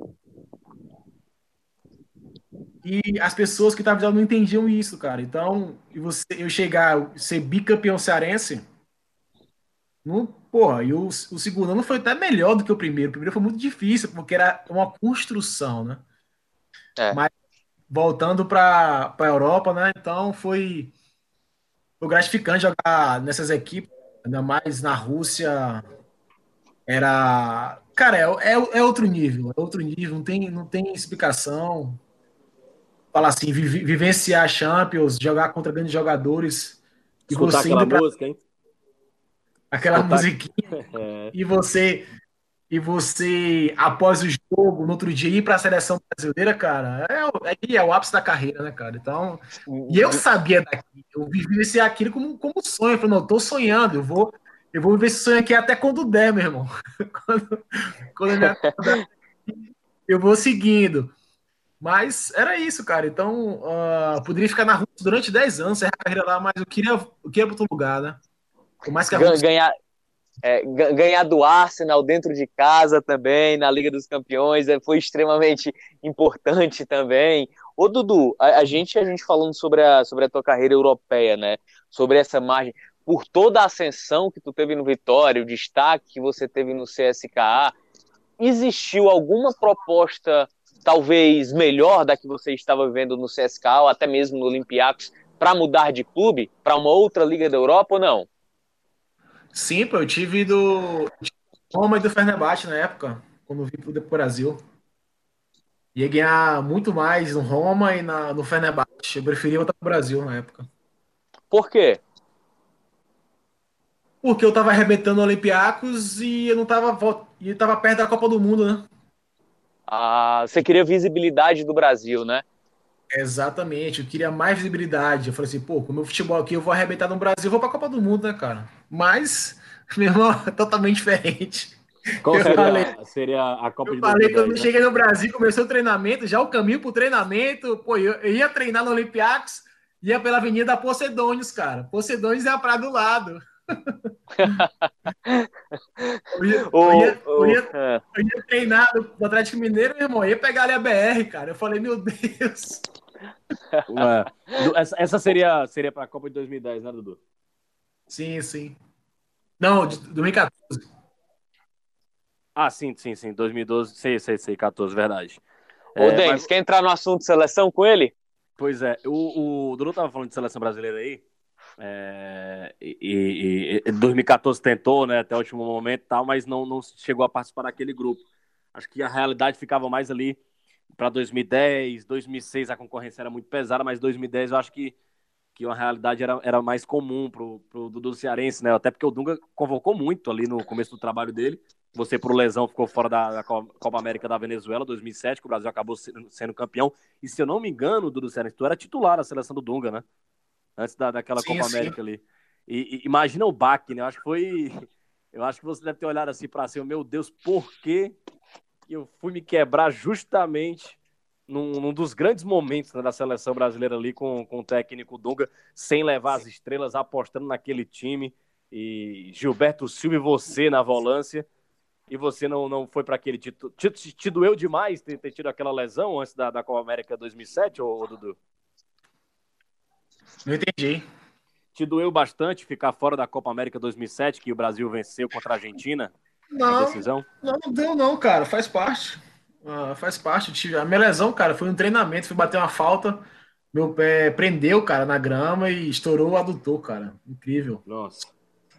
E as pessoas que estavam jogando não entendiam isso, cara. Então, eu chegar, ser bicampeão cearense, não, porra, e o segundo ano foi até melhor do que o primeiro. O primeiro foi muito difícil, porque era uma construção, né? É. Mas voltando para a Europa, né? Então foi gratificante jogar nessas equipes, ainda mais na Rússia. Era. Cara, é outro nível, não tem explicação. Falar assim, vivenciar a Champions, jogar contra grandes jogadores, e Escutar você aquela indo para música, hein? aquela Escutar. musiquinha, É. e você, após o jogo, no outro dia, ir para a seleção brasileira, cara, é o ápice da carreira, né, cara? Então, e eu sabia daqui, eu vivi aquilo como sonho. Eu falei, não, eu tô sonhando, eu vou viver esse sonho aqui até quando der, meu irmão. Quando eu me acordar, eu vou seguindo. Mas era isso, cara. Então, poderia ficar na Rússia durante 10 anos, encerrar a carreira lá, mas eu queria para outro lugar, né? Por mais que a Rússia. Ganhar, ganhar do Arsenal dentro de casa também, na Liga dos Campeões, foi extremamente importante também. Ô, Dudu, a gente falando sobre a tua carreira europeia, né? Sobre essa margem, por toda a ascensão que tu teve no Vitória, o destaque que você teve no CSKA, existiu alguma proposta talvez melhor da que você estava vendo no CSKA ou até mesmo no Olympiacos para mudar de clube para uma outra liga da Europa ou não? Sim, pô, eu tive do Roma e do Fenerbahçe na época, quando eu vim pro Brasil. Ia ganhar muito mais no Roma e no Fenerbahçe. Eu preferia voltar pro Brasil na época. Por quê? porque eu tava arrebentando o Olympiacos e eu não tava, e tava perto da Copa do Mundo, né? Ah, você queria visibilidade do Brasil, né? Exatamente, eu queria mais visibilidade. Eu falei assim, pô, com o meu futebol aqui eu vou arrebentar no Brasil, eu vou pra Copa do Mundo, né, cara? Mas, meu irmão, é totalmente diferente. Qual Eu falei, seria a Copa eu de falei que eu 2010, não né? cheguei no Brasil, comecei o treinamento, já o caminho pro treinamento, pô, eu ia treinar no Olympiacos, ia pela Avenida Pocedônios, cara. Pocedônios é a praia do lado. Eu ia, eu O, ia, eu o, ia, é. eu ia treinar do Atlético Mineiro, meu irmão, eu ia pegar ali a BR, cara. Eu falei, meu Deus. Essa seria para a Copa de 2010, né, Dudu? Sim, sim. Não, de 2014. Ah, sim, 2012, sei, 14, verdade. Ô, Mas, Denis, quer entrar no assunto seleção com ele? pois é, o Dudu tava falando de seleção brasileira aí, 2014 tentou, né, até o último momento e tal, mas não chegou a participar daquele grupo. Acho que a realidade ficava mais ali para 2010, 2006 a concorrência era muito pesada, mas 2010 eu acho que uma realidade era mais comum pro Dudu Cearense, né? Até porque o Dunga convocou muito ali no começo do trabalho dele. Você, por lesão, ficou fora da Copa América da Venezuela, 2007, que o Brasil acabou sendo campeão. E se eu não me engano, Dudu Cearense, tu era titular da seleção do Dunga, né? Antes daquela Sim, Copa sim. América ali. E imagina o baque, né? Eu acho que você deve ter olhado assim para assim, meu Deus, por que eu fui me quebrar justamente num dos grandes momentos, né, da seleção brasileira ali com o técnico Dunga, sem levar as estrelas, apostando naquele time, e Gilberto Silva e você na volância, e você não foi para aquele título. Te doeu demais ter tido aquela lesão antes da Copa América 2007, ô Dudu? Não entendi. Te doeu bastante ficar fora da Copa América 2007, que o Brasil venceu contra a Argentina na Não, decisão? não deu não, cara. Faz parte. Faz parte. A minha lesão, cara, foi um treinamento. Fui bater uma falta. Meu pé prendeu, cara, na grama e estourou o adutor, cara. Incrível. Nossa.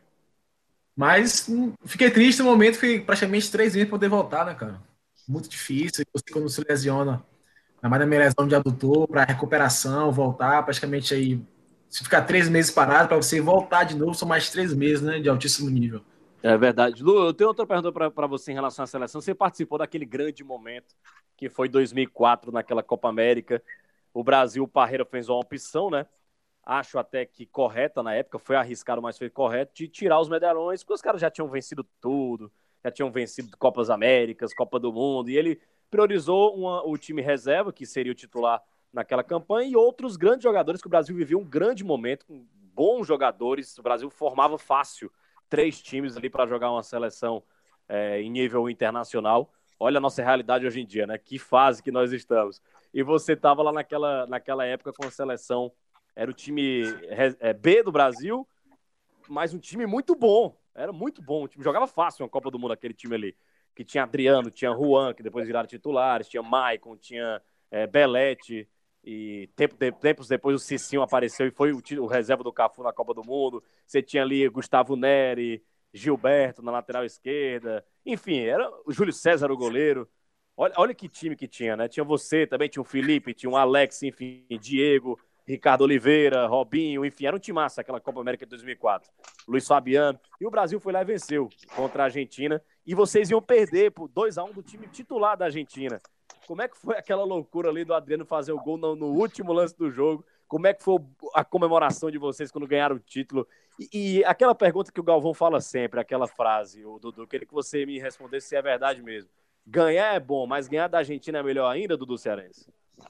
Mas fiquei triste no momento. Fui praticamente 3 meses pra poder voltar, né, cara? Muito difícil. Você, quando se lesiona, ainda mais na minha lesão de adutor, para recuperação, voltar, praticamente aí. Se ficar 3 meses parado, para você voltar de novo, são mais 3 meses, né, de altíssimo nível. É verdade. Lu, eu tenho outra pergunta para você em relação à seleção. Você participou daquele grande momento que foi 2004, naquela Copa América. O Brasil, o Parreira fez uma opção, né? Acho até que correta na época, foi arriscado, mas foi correto, de tirar os medalhões, porque os caras já tinham vencido tudo, já tinham vencido Copas Américas, Copa do Mundo, e ele priorizou o time reserva, que seria o titular naquela campanha, e outros grandes jogadores, que o Brasil vivia um grande momento, com bons jogadores. O Brasil formava fácil 3 times ali para jogar uma seleção em nível internacional. Olha a nossa realidade hoje em dia, né? Que fase que nós estamos. E você estava lá naquela época com a seleção, era o time B do Brasil, mas um time muito bom. Era muito bom. O time jogava fácil uma Copa do Mundo, aquele time ali. Que tinha Adriano, tinha Juan, que depois viraram titulares, tinha Maicon, tinha Belletti. E tempos depois o Cicinho apareceu e foi o reserva do Cafu na Copa do Mundo. Você tinha ali Gustavo Neri, Gilberto na lateral esquerda. Enfim, era o Júlio César o goleiro. Olha que time que tinha, né? Tinha você também, tinha o Felipe, tinha o Alex, enfim, Diego, Ricardo Oliveira, Robinho, enfim, era um timaço aquela Copa América de 2004. Luiz Fabiano. E o Brasil foi lá e venceu contra a Argentina. E vocês iam perder por 2-1 do time titular da Argentina. Como é que foi aquela loucura ali do Adriano fazer o gol no último lance do jogo? Como é que foi a comemoração de vocês quando ganharam o título? E aquela pergunta que o Galvão fala sempre, aquela frase, o Dudu, queria que você me respondesse se é verdade mesmo. Ganhar é bom, mas ganhar da Argentina é melhor ainda, Dudu Cearense?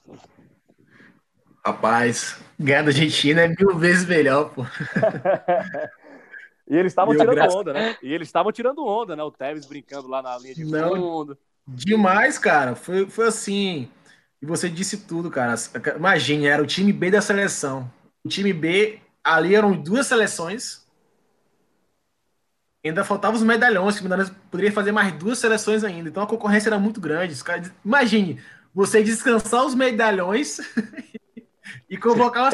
Rapaz, ganhar da Argentina é 1000 vezes melhor, pô. E eles estavam tirando onda, né? O Tevez brincando lá na linha de fundo. Demais, cara. Foi assim. E você disse tudo, cara. Imagine, era o time B da seleção. O time B, ali eram 2 seleções. Ainda faltavam os medalhões, que poderia fazer mais 2 seleções ainda. Então a concorrência era muito grande. Imagine, você descansar os medalhões e convocar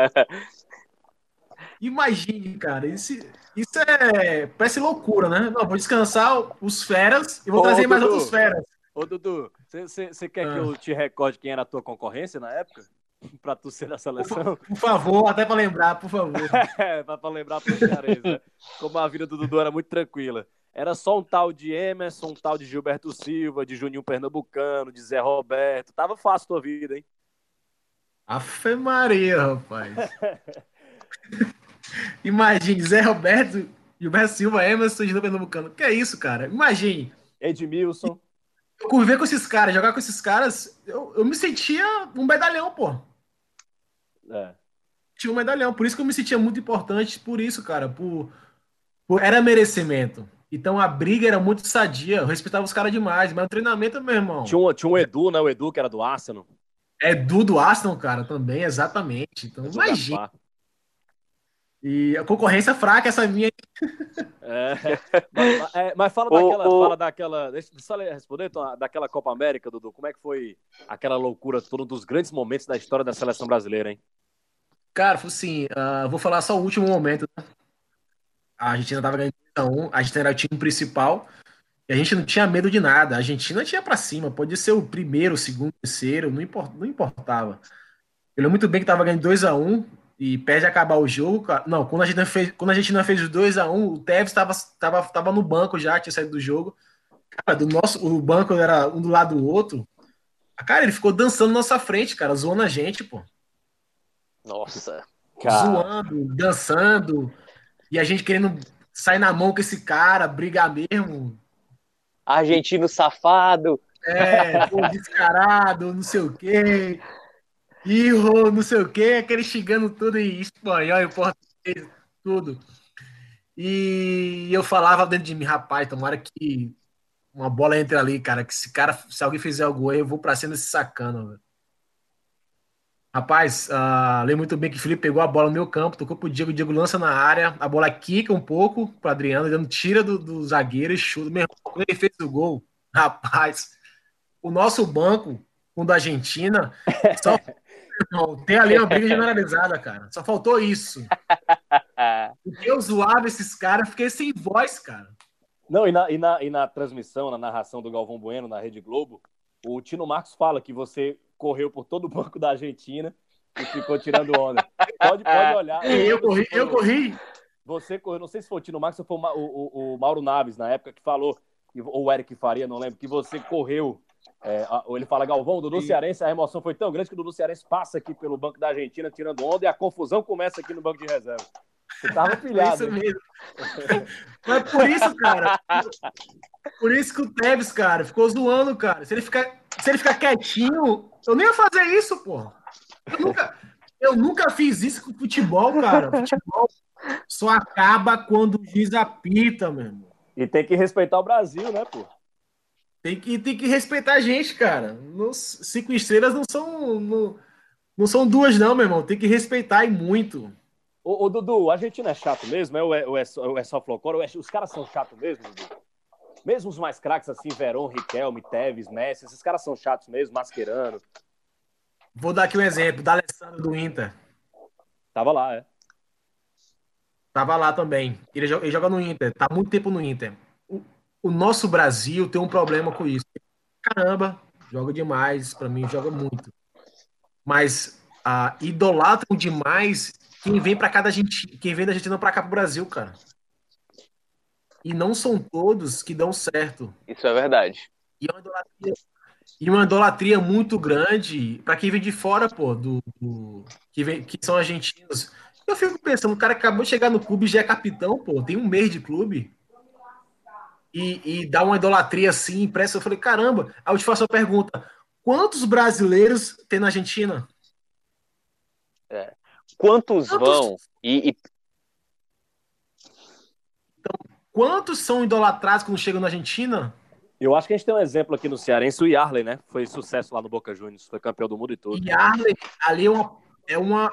Imagine, cara. Isso parece loucura, né? Não, vou descansar os feras e vou trazer mais outros feras. Ô, Dudu, você quer que eu te recorde quem era a tua concorrência na época? pra torcer da seleção? Por favor, até pra lembrar, por favor. Pra lembrar pro Cearense, né? Como a vida do Dudu era muito tranquila. Era só um tal de Emerson, um tal de Gilberto Silva, de Juninho Pernambucano, de Zé Roberto. Tava fácil tua vida, hein? Afe Maria, rapaz. Imagine, Zé Roberto, Gilberto Silva, Emerson, Juninho Pernambucano. Que é isso, cara? Imagine. Edmilson. Eu conviver com esses caras, jogar com esses caras, eu me sentia um medalhão, pô. Tinha um medalhão. Por isso que eu me sentia muito importante, por isso, cara. Era merecimento. Então a briga era muito sadia. Eu respeitava os caras demais. Mas o treinamento, meu irmão. Tinha um Edu, né? O Edu, que era do Arsenal. Edu do Arsenal, cara, também, exatamente. Então, Edu imagina. Gaspar. E a concorrência fraca, essa minha. Mas fala daquela. Deixa eu só responder, então, daquela Copa América, Dudu. Como é que foi aquela loucura toda, um dos grandes momentos da história da seleção brasileira, hein? Cara, assim, vou falar só o último momento, né? A Argentina tava ganhando 1-1, a Argentina era o time principal e a gente não tinha medo de nada. A Argentina tinha pra cima, podia ser o primeiro, o segundo, o terceiro, não importava. Eu lembro muito bem que tava ganhando 2-1 e perde acabar o jogo. Não, quando a Argentina fez os 2-1, o Tevez tava no banco já, tinha saído do jogo. Cara, o banco era um do lado do outro. Cara, ele ficou dançando na nossa frente, cara, zoando a gente, pô. Nossa. Zoando, dançando. E a gente querendo sair na mão com esse cara, brigar mesmo. Argentino safado. Descarado, não sei o quê. Irro, não sei o quê. Aquele xingando tudo em espanhol, em português, tudo. E eu falava dentro de mim, rapaz, tomara que uma bola entre ali, cara. Que se alguém fizer o gol aí, eu vou pra cima desse sacana, velho. Rapaz, lembro muito bem que o Felipe pegou a bola no meu campo, tocou pro Diego, o Diego lança na área, a bola quica um pouco pro Adriano, dando tira do zagueiro e chuta. Meu irmão, quando ele fez o gol, rapaz, o nosso banco, o da Argentina, só tem ali uma briga generalizada, cara. Só faltou isso. Porque eu zoava esses caras, fiquei sem voz, cara. Não, e na transmissão, na narração do Galvão Bueno, na Rede Globo, o Tino Marcos fala que você correu por todo o banco da Argentina e ficou tirando onda. Pode olhar. Eu corri. Você correu, não sei se foi o Tino Marcos ou foi o Mauro Naves, na época, que falou, ou o Eric Faria, não lembro, que você correu. Ou ele fala, Galvão, o Dudu Cearense, a emoção foi tão grande que o Dudu Cearense passa aqui pelo banco da Argentina tirando onda e a confusão começa aqui no banco de reserva. Você tava pilhado. Isso mesmo. Mas por isso, cara. Por isso que o Tevez, cara, ficou zoando, cara. Se ele ficar quietinho, eu nem ia fazer isso, pô. Eu nunca fiz isso com futebol, cara. Futebol só acaba quando o juiz apita, meu irmão. E tem que respeitar o Brasil, né, pô? Tem que respeitar a gente, cara. 5 estrelas não são 2, não, meu irmão. Tem que respeitar e muito. Ô, Dudu, a Argentina é chato mesmo? Ou é só folclore? Os caras são chatos mesmo, Dudu? Mesmo os mais craques assim, Verón, Riquelme, Tevez, Messi, esses caras são chatos mesmo, Mascherano. Vou dar aqui um exemplo, da Alessandro do Inter. Tava lá, Tava lá também. Ele joga no Inter, tá há muito tempo no Inter. O nosso Brasil tem um problema com isso. Caramba, joga demais, pra mim joga muito. Mas idolatram demais quem vem pra cá da Argentina, quem vem da Argentina pra cá pro Brasil, cara. E não são todos que dão certo. Isso é verdade. E uma idolatria muito grande para quem vem de fora, pô, que são argentinos. Eu fico pensando, o cara acabou de chegar no clube, já é capitão, pô, tem 1 mês de clube. E dá uma idolatria assim, impressa. Eu falei, caramba. Aí eu te faço a pergunta: quantos brasileiros tem na Argentina? Quantos vão? Quantos são idolatrados quando chegam na Argentina? Eu acho que a gente tem um exemplo aqui no Cearense, o Yarley, né? Foi sucesso lá no Boca Juniors, foi campeão do mundo e tudo. Yarley, ali é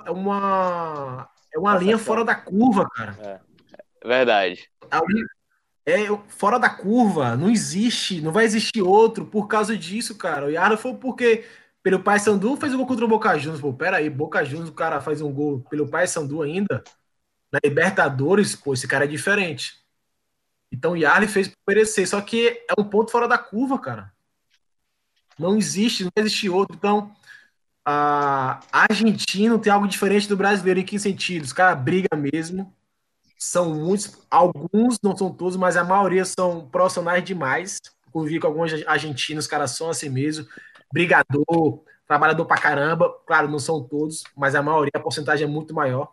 uma linha fora da curva, cara. Verdade. Ali, fora da curva, não vai existir outro por causa disso, cara. O Yarley foi porque pelo Paysandu fez um gol contra o Boca Juniors. Pô, pera aí, Boca Juniors, o cara faz um gol pelo Paysandu ainda. Na Libertadores, pô, esse cara é diferente. Então o Yarley fez por merecer, só que é um ponto fora da curva, cara. Não existe outro. Então, A argentino tem algo diferente do brasileiro. Em que sentido? Os caras brigam mesmo. São muitos, alguns, não são todos, mas a maioria são profissionais demais. Convivi com alguns argentinos, os caras são assim mesmo. Brigador, trabalhador pra caramba. Claro, não são todos, mas a maioria, a porcentagem é muito maior.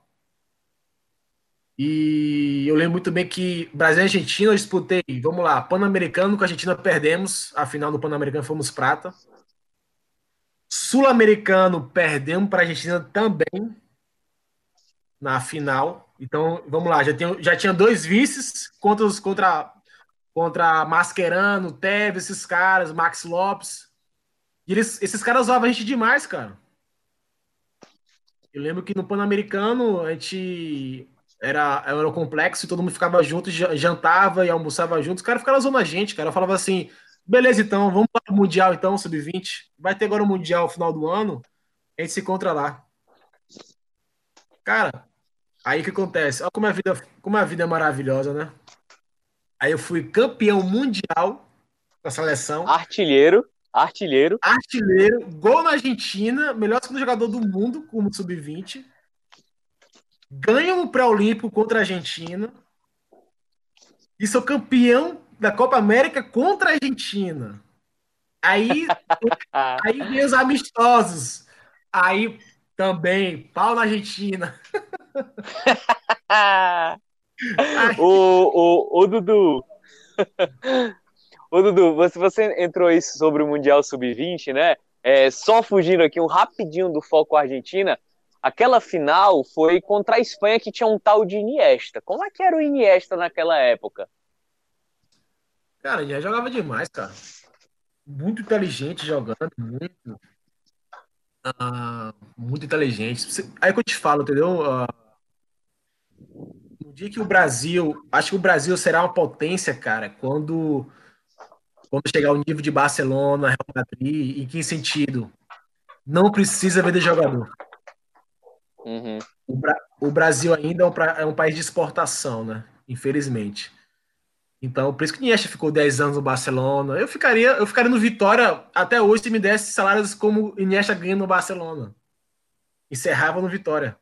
E eu lembro muito bem que Brasil e Argentina eu disputei, vamos lá, Pan-Americano com a Argentina perdemos, a final do Pan-Americano fomos prata. Sul-Americano perdemos para a Argentina também na final. Então, vamos lá, já tinha dois vices contra Mascherano, Tevez, esses caras, Max Lopes. E esses caras usavam a gente demais, cara. Eu lembro que no Pan-Americano a gente era um complexo e todo mundo ficava junto, jantava e almoçava junto. Os caras ficaram zoando a gente, cara. Eu falava assim, beleza, então, vamos para o Mundial, então, Sub-20. Vai ter agora o Mundial no final do ano, a gente se encontra lá. Cara, aí o que acontece? Olha como a vida é maravilhosa, né? Aí eu fui campeão mundial da seleção. Artilheiro. Artilheiro, gol na Argentina, melhor segundo jogador do mundo como Sub-20. Ganha um pré-olímpico contra a Argentina. E sou campeão da Copa América contra a Argentina. Aí vem os amistosos. Aí também, pau na Argentina. O Dudu. Ô, Dudu, você entrou isso sobre o Mundial Sub-20, né? Só fugindo aqui um rapidinho do foco Argentina, aquela final foi contra a Espanha que tinha um tal de Iniesta. Como é que era o Iniesta naquela época? Cara, já jogava demais, cara. Muito inteligente jogando, muito inteligente. Aí que eu te falo, entendeu? No dia que o Brasil, acho que o Brasil será uma potência, cara, quando chegar ao nível de Barcelona, Real Madrid, em que sentido? Não precisa vender jogador. Uhum. O Brasil ainda é um país de exportação, né? Infelizmente. Então, por isso que o Iniesta ficou 10 anos no Barcelona. Eu ficaria no Vitória até hoje se me desse salários como Iniesta ganha no Barcelona. Encerrava no Vitória.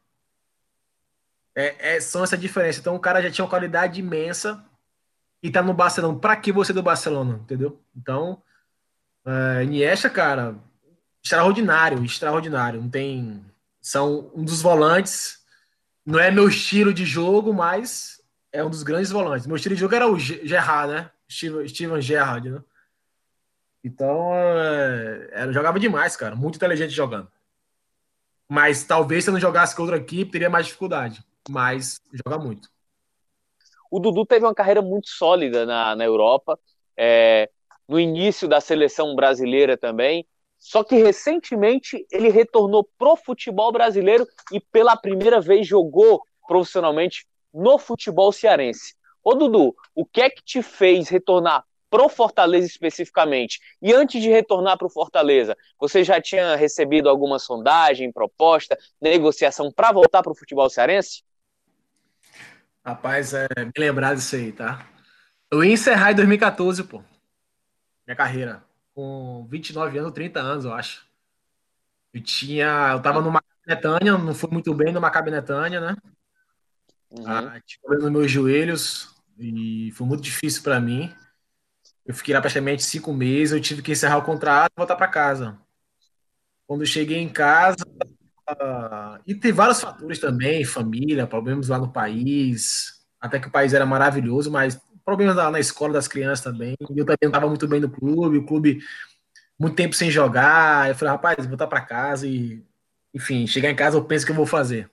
São essa diferença. Então, o cara já tinha uma qualidade imensa e tá no Barcelona. Pra que você do Barcelona? Entendeu? Então, Iniesta, cara, extraordinário, extraordinário. Não tem... São um dos volantes. Não é meu estilo de jogo, mas é um dos grandes volantes. Meu estilo de jogo era o Gerrard, né? Steven Gerrard, né? Então, eu jogava demais, cara. Muito inteligente jogando. Mas talvez se eu não jogasse com outra equipe, teria mais dificuldade. Mas joga muito. O Dudu teve uma carreira muito sólida na Europa, no início da seleção brasileira também. Só que recentemente ele retornou pro futebol brasileiro e pela primeira vez jogou profissionalmente no futebol cearense. Ô Dudu, o que é que te fez retornar pro Fortaleza especificamente? E antes de retornar pro Fortaleza, você já tinha recebido alguma sondagem, proposta, negociação para voltar pro futebol cearense? Rapaz, me lembrar disso aí, tá? Eu ia encerrar em 2014, pô. Minha carreira. Com 29 anos, 30 anos, eu acho. Eu tava no Maccabi Netanya, não fui muito bem no Maccabi Netanya, né? Tive problema nos meus joelhos e foi muito difícil para mim. Eu fiquei lá praticamente 5 meses, eu tive que encerrar o contrato e voltar para casa. Quando eu cheguei em casa, e tem vários fatores também, família, problemas lá no país, até que o país era maravilhoso, mas problemas na escola das crianças também. E eu também não estava muito bem no clube, o clube muito tempo sem jogar. Eu falei, rapaz, vou voltar para casa e, enfim, chegar em casa eu penso o que eu vou fazer.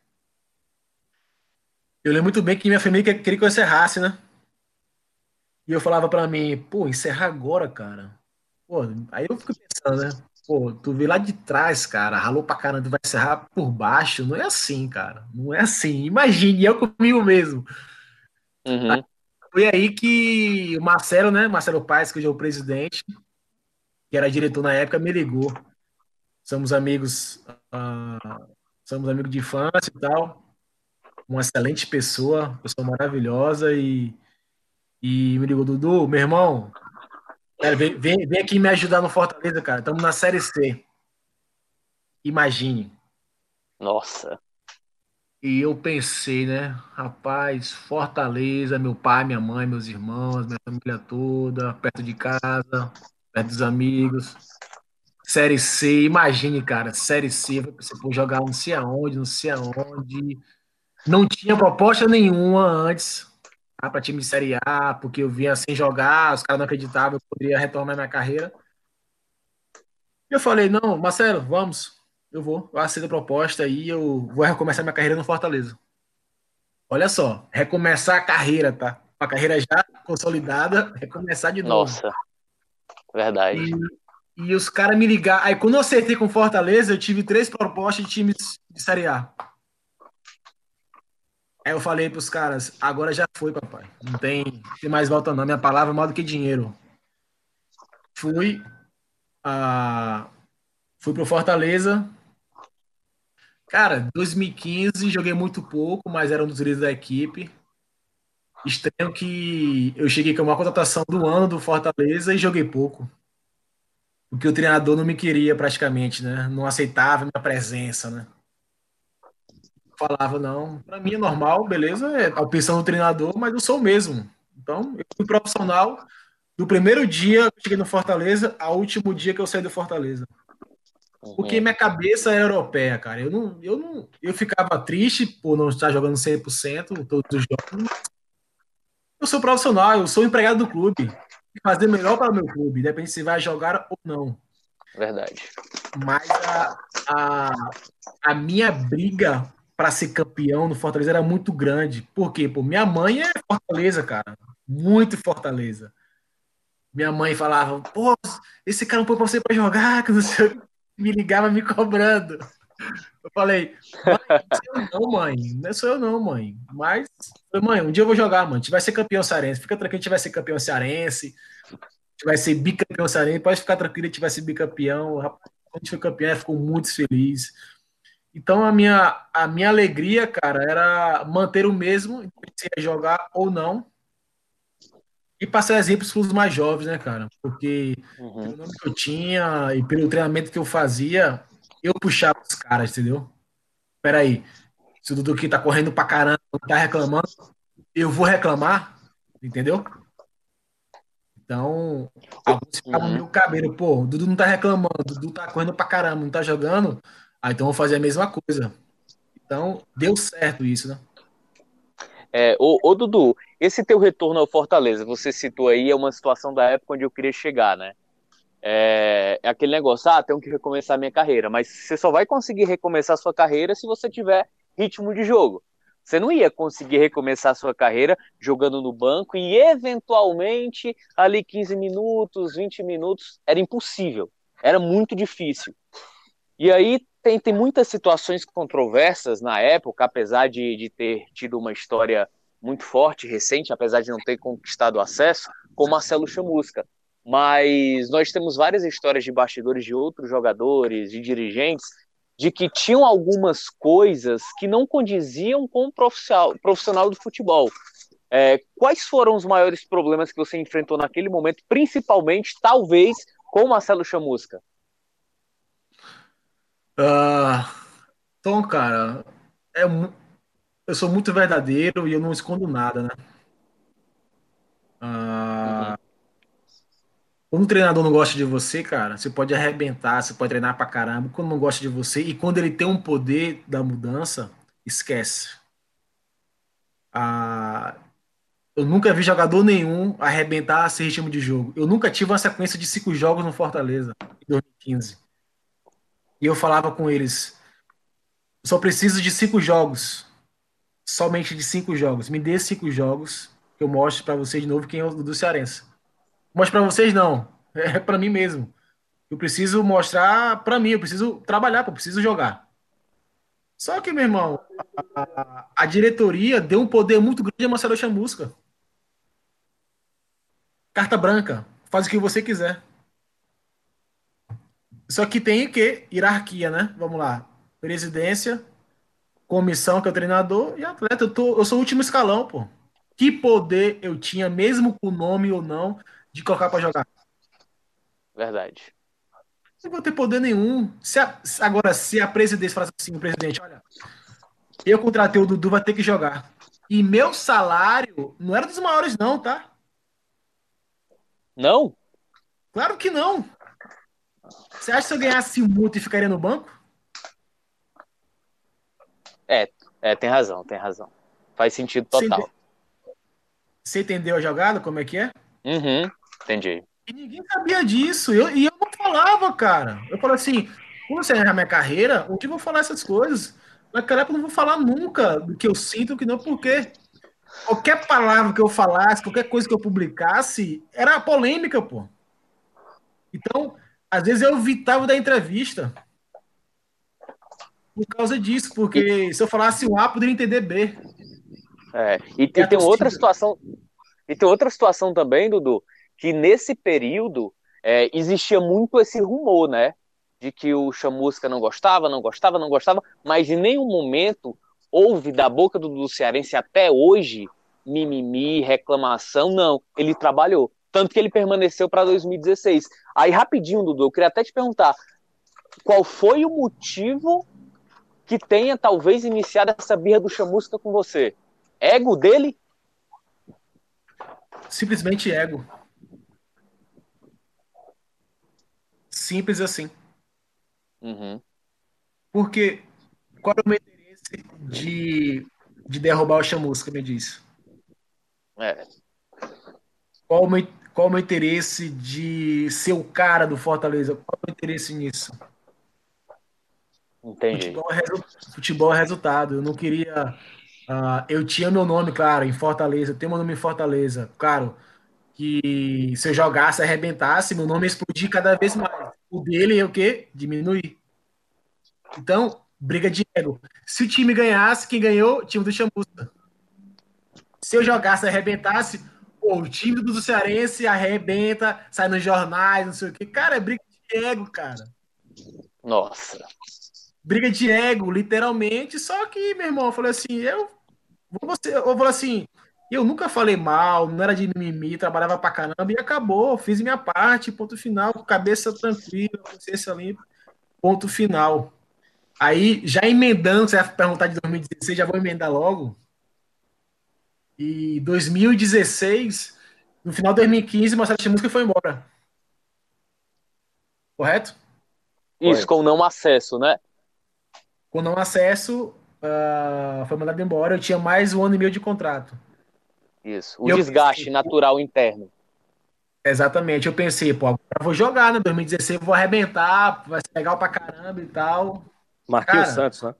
Eu lembro muito bem que minha família queria que eu encerrasse, né? E eu falava para mim, pô, encerrar agora, cara. Pô, aí eu fico pensando, né? Pô, tu vê lá de trás, cara, ralou pra caramba, tu vai encerrar por baixo. Não é assim, cara. Não é assim. Imagine, eu comigo mesmo. Uhum. Foi aí que o Marcelo, né? Marcelo Paes, que hoje é o presidente, que era diretor na época, me ligou. Somos amigos, somos amigos de infância e tal. Uma excelente pessoa maravilhosa e me ligou, Dudu, meu irmão, cara, vem aqui me ajudar no Fortaleza, cara. Estamos na Série C. Imagine. Nossa. E eu pensei, né? Rapaz, Fortaleza, meu pai, minha mãe, meus irmãos, minha família toda, perto de casa, perto dos amigos. Série C, imagine, cara, Série C, você pode jogar não sei aonde, não sei aonde. Não tinha proposta nenhuma antes, tá, para time de Série A, porque eu vinha sem jogar, os caras não acreditavam que eu poderia retomar minha carreira. E eu falei, não, Marcelo, vamos, eu aceito a proposta e eu vou recomeçar minha carreira no Fortaleza. Olha só, recomeçar a carreira, tá? Uma carreira já consolidada, recomeçar de novo. Nossa, verdade. E os caras me ligaram. Aí quando eu acertei com Fortaleza, eu tive 3 propostas de times de Série A. Aí eu falei pros caras, agora já foi, papai. Não tem mais volta não. Minha palavra é maior do que dinheiro. Fui, fui pro Fortaleza. Cara, 2015, joguei muito pouco, mas era um dos líderes da equipe. Estranho que eu cheguei com a maior contratação do ano do Fortaleza e joguei pouco. Porque o treinador não me queria praticamente, né? Não aceitava a minha presença, né? Falava, não, pra mim é normal, beleza, é a opção do treinador, mas eu sou o mesmo. Então, eu fui profissional do primeiro dia que eu cheguei no Fortaleza ao último dia que eu saí do Fortaleza. Porque minha cabeça é europeia, cara. Eu ficava triste por não estar jogando 100% todos os jogos. Eu sou profissional, eu sou empregado do clube. E fazer melhor para o meu clube, independente se vai jogar ou não. Verdade. Mas a minha briga para ser campeão no Fortaleza era muito grande. Por quê? Pô, minha mãe é Fortaleza, cara. Muito Fortaleza. Minha mãe falava, pô, esse cara não põe você para jogar, que não sei o que. Me ligava me cobrando. Eu falei, mãe, não sou eu não, mãe. Não sou eu não, mãe. Mas, mãe, um dia eu vou jogar, mano. A gente vai ser campeão cearense. Fica tranquilo, a gente vai ser campeão cearense. A gente vai ser bicampeão cearense. Pode ficar tranquilo, a gente vai ser bicampeão. Quando a gente foi campeão, ela ficou muito feliz. Então, a minha alegria, cara, era manter o mesmo, se ia jogar ou não, e passar exemplos para os mais jovens, né, cara? Porque pelo nome que eu tinha e pelo treinamento que eu fazia, eu puxava os caras, entendeu? Peraí, se o Dudu aqui tá correndo pra caramba, não tá reclamando, eu vou reclamar, entendeu? Então, alguns ficavam meio cabelo, pô, o Dudu não tá reclamando, o Dudu tá correndo pra caramba, não tá jogando, então eu vou fazer a mesma coisa. Então, deu certo isso, né? Ô, Dudu, esse teu retorno ao Fortaleza, você citou aí, é uma situação da época onde eu queria chegar, né? É aquele negócio, tenho que recomeçar minha carreira, mas você só vai conseguir recomeçar sua carreira se você tiver ritmo de jogo. Você não ia conseguir recomeçar sua carreira jogando no banco e, eventualmente, ali 15 minutos, 20 minutos, era impossível, era muito difícil. E aí tem muitas situações controversas na época, apesar de ter tido uma história muito forte, recente, apesar de não ter conquistado acesso, com Marcelo Chamusca. Mas nós temos várias histórias de bastidores de outros jogadores, de dirigentes, de que tinham algumas coisas que não condiziam com o profissional do futebol. Quais foram os maiores problemas que você enfrentou naquele momento, principalmente, talvez, com o Marcelo Chamusca? Então, cara, eu sou muito verdadeiro e eu não escondo nada, né? Quando o treinador não gosta de você, cara, você pode arrebentar, você pode treinar pra caramba. Quando não gosta de você e quando ele tem um poder da mudança, esquece. Ah, eu nunca vi jogador nenhum arrebentar sem ritmo de jogo. Eu nunca tive uma sequência de 5 jogos no Fortaleza, em 2015. E eu falava com eles, eu só preciso de 5 jogos. Somente de 5 jogos. Me dê 5 jogos que eu mostre pra vocês de novo quem é o do Cearense. Mas para vocês não. É para mim mesmo. Eu preciso mostrar para mim, eu preciso trabalhar, eu preciso jogar. Só que, meu irmão, a diretoria deu um poder muito grande a Marcelo Chamusca. Carta branca, faz o que você quiser. Só que tem que hierarquia, né? Vamos lá. Presidência, comissão, que é o treinador, e atleta. Eu sou o último escalão, pô. Que poder eu tinha, mesmo com o nome ou não, de colocar para jogar? Verdade. Não vou ter poder nenhum. Agora, se a presidência falasse assim, o presidente, olha, eu contratei o Dudu, vai ter que jogar. E meu salário não era dos maiores, não, tá? Não? Claro que não. Você acha que se eu ganhasse multa e ficaria no banco? Tem razão, tem razão. Faz sentido Você, total. você entendeu a jogada? Como é que é? Uhum, entendi. E ninguém sabia disso. E eu não falava, cara. Eu falei assim, quando você errar minha carreira, onde eu vou falar essas coisas? Naquela época eu não vou falar nunca do que eu sinto, que não, porque qualquer palavra que eu falasse, qualquer coisa que eu publicasse, era polêmica, pô. Então, às vezes eu evitava da entrevista por causa disso, E, porque se eu falasse um A, poderia entender B. e E a tem outra torcida. situação. E tem outra situação também, Dudu, que nesse período existia muito esse rumor, né? De que o Chamusca não gostava, não gostava, não gostava, mas em nenhum momento houve da boca do Dudu Cearense até hoje mimimi, reclamação, não. Ele trabalhou. Tanto que ele permaneceu para 2016. Aí, rapidinho, Dudu, eu queria até te perguntar, qual foi o motivo que tenha talvez iniciado essa birra do Chamusca com você? Ego dele? Simplesmente ego. Simples assim. Uhum. Porque qual é o meu interesse de derrubar o Chamusca, me diz? É, Qual é o meu interesse de ser o cara do Fortaleza? Qual é o meu interesse nisso? entendi. Futebol é resultado. Eu não queria. Eu tinha meu nome, claro, em Fortaleza. Eu tenho meu nome em Fortaleza. Claro, que se eu jogasse, arrebentasse, meu nome ia explodir cada vez mais. O dele é o quê? Diminuir. Então, briga de ego. Se o time ganhasse, quem ganhou? O time do Chamusca. Se eu jogasse e arrebentasse, pô, o time do Cearense arrebenta, sai nos jornais, não sei o quê. Cara, é briga de ego, cara. Nossa. Briga de ego, literalmente. Só que, meu irmão, eu falei assim, eu falei assim, eu nunca falei mal, não era de mimimi, trabalhava pra caramba e acabou, fiz minha parte, ponto final, cabeça tranquila, consciência limpa, ponto final. Aí, já emendando, você vai perguntar de 2016, já vou emendar logo. E 2016, no final de 2015, o Marcelo Chamusca foi embora. Correto? Isso, Foi. com não acesso, né? Com não acesso, foi mandado embora. Eu tinha mais 1 ano e meio de contrato. Isso. E O eu desgaste pensei, natural interno. exatamente, eu pensei, pô, agora eu vou jogar, né? 2016 eu vou arrebentar, vai ser legal pra caramba e tal. Marquinhos Cara, Santos, né?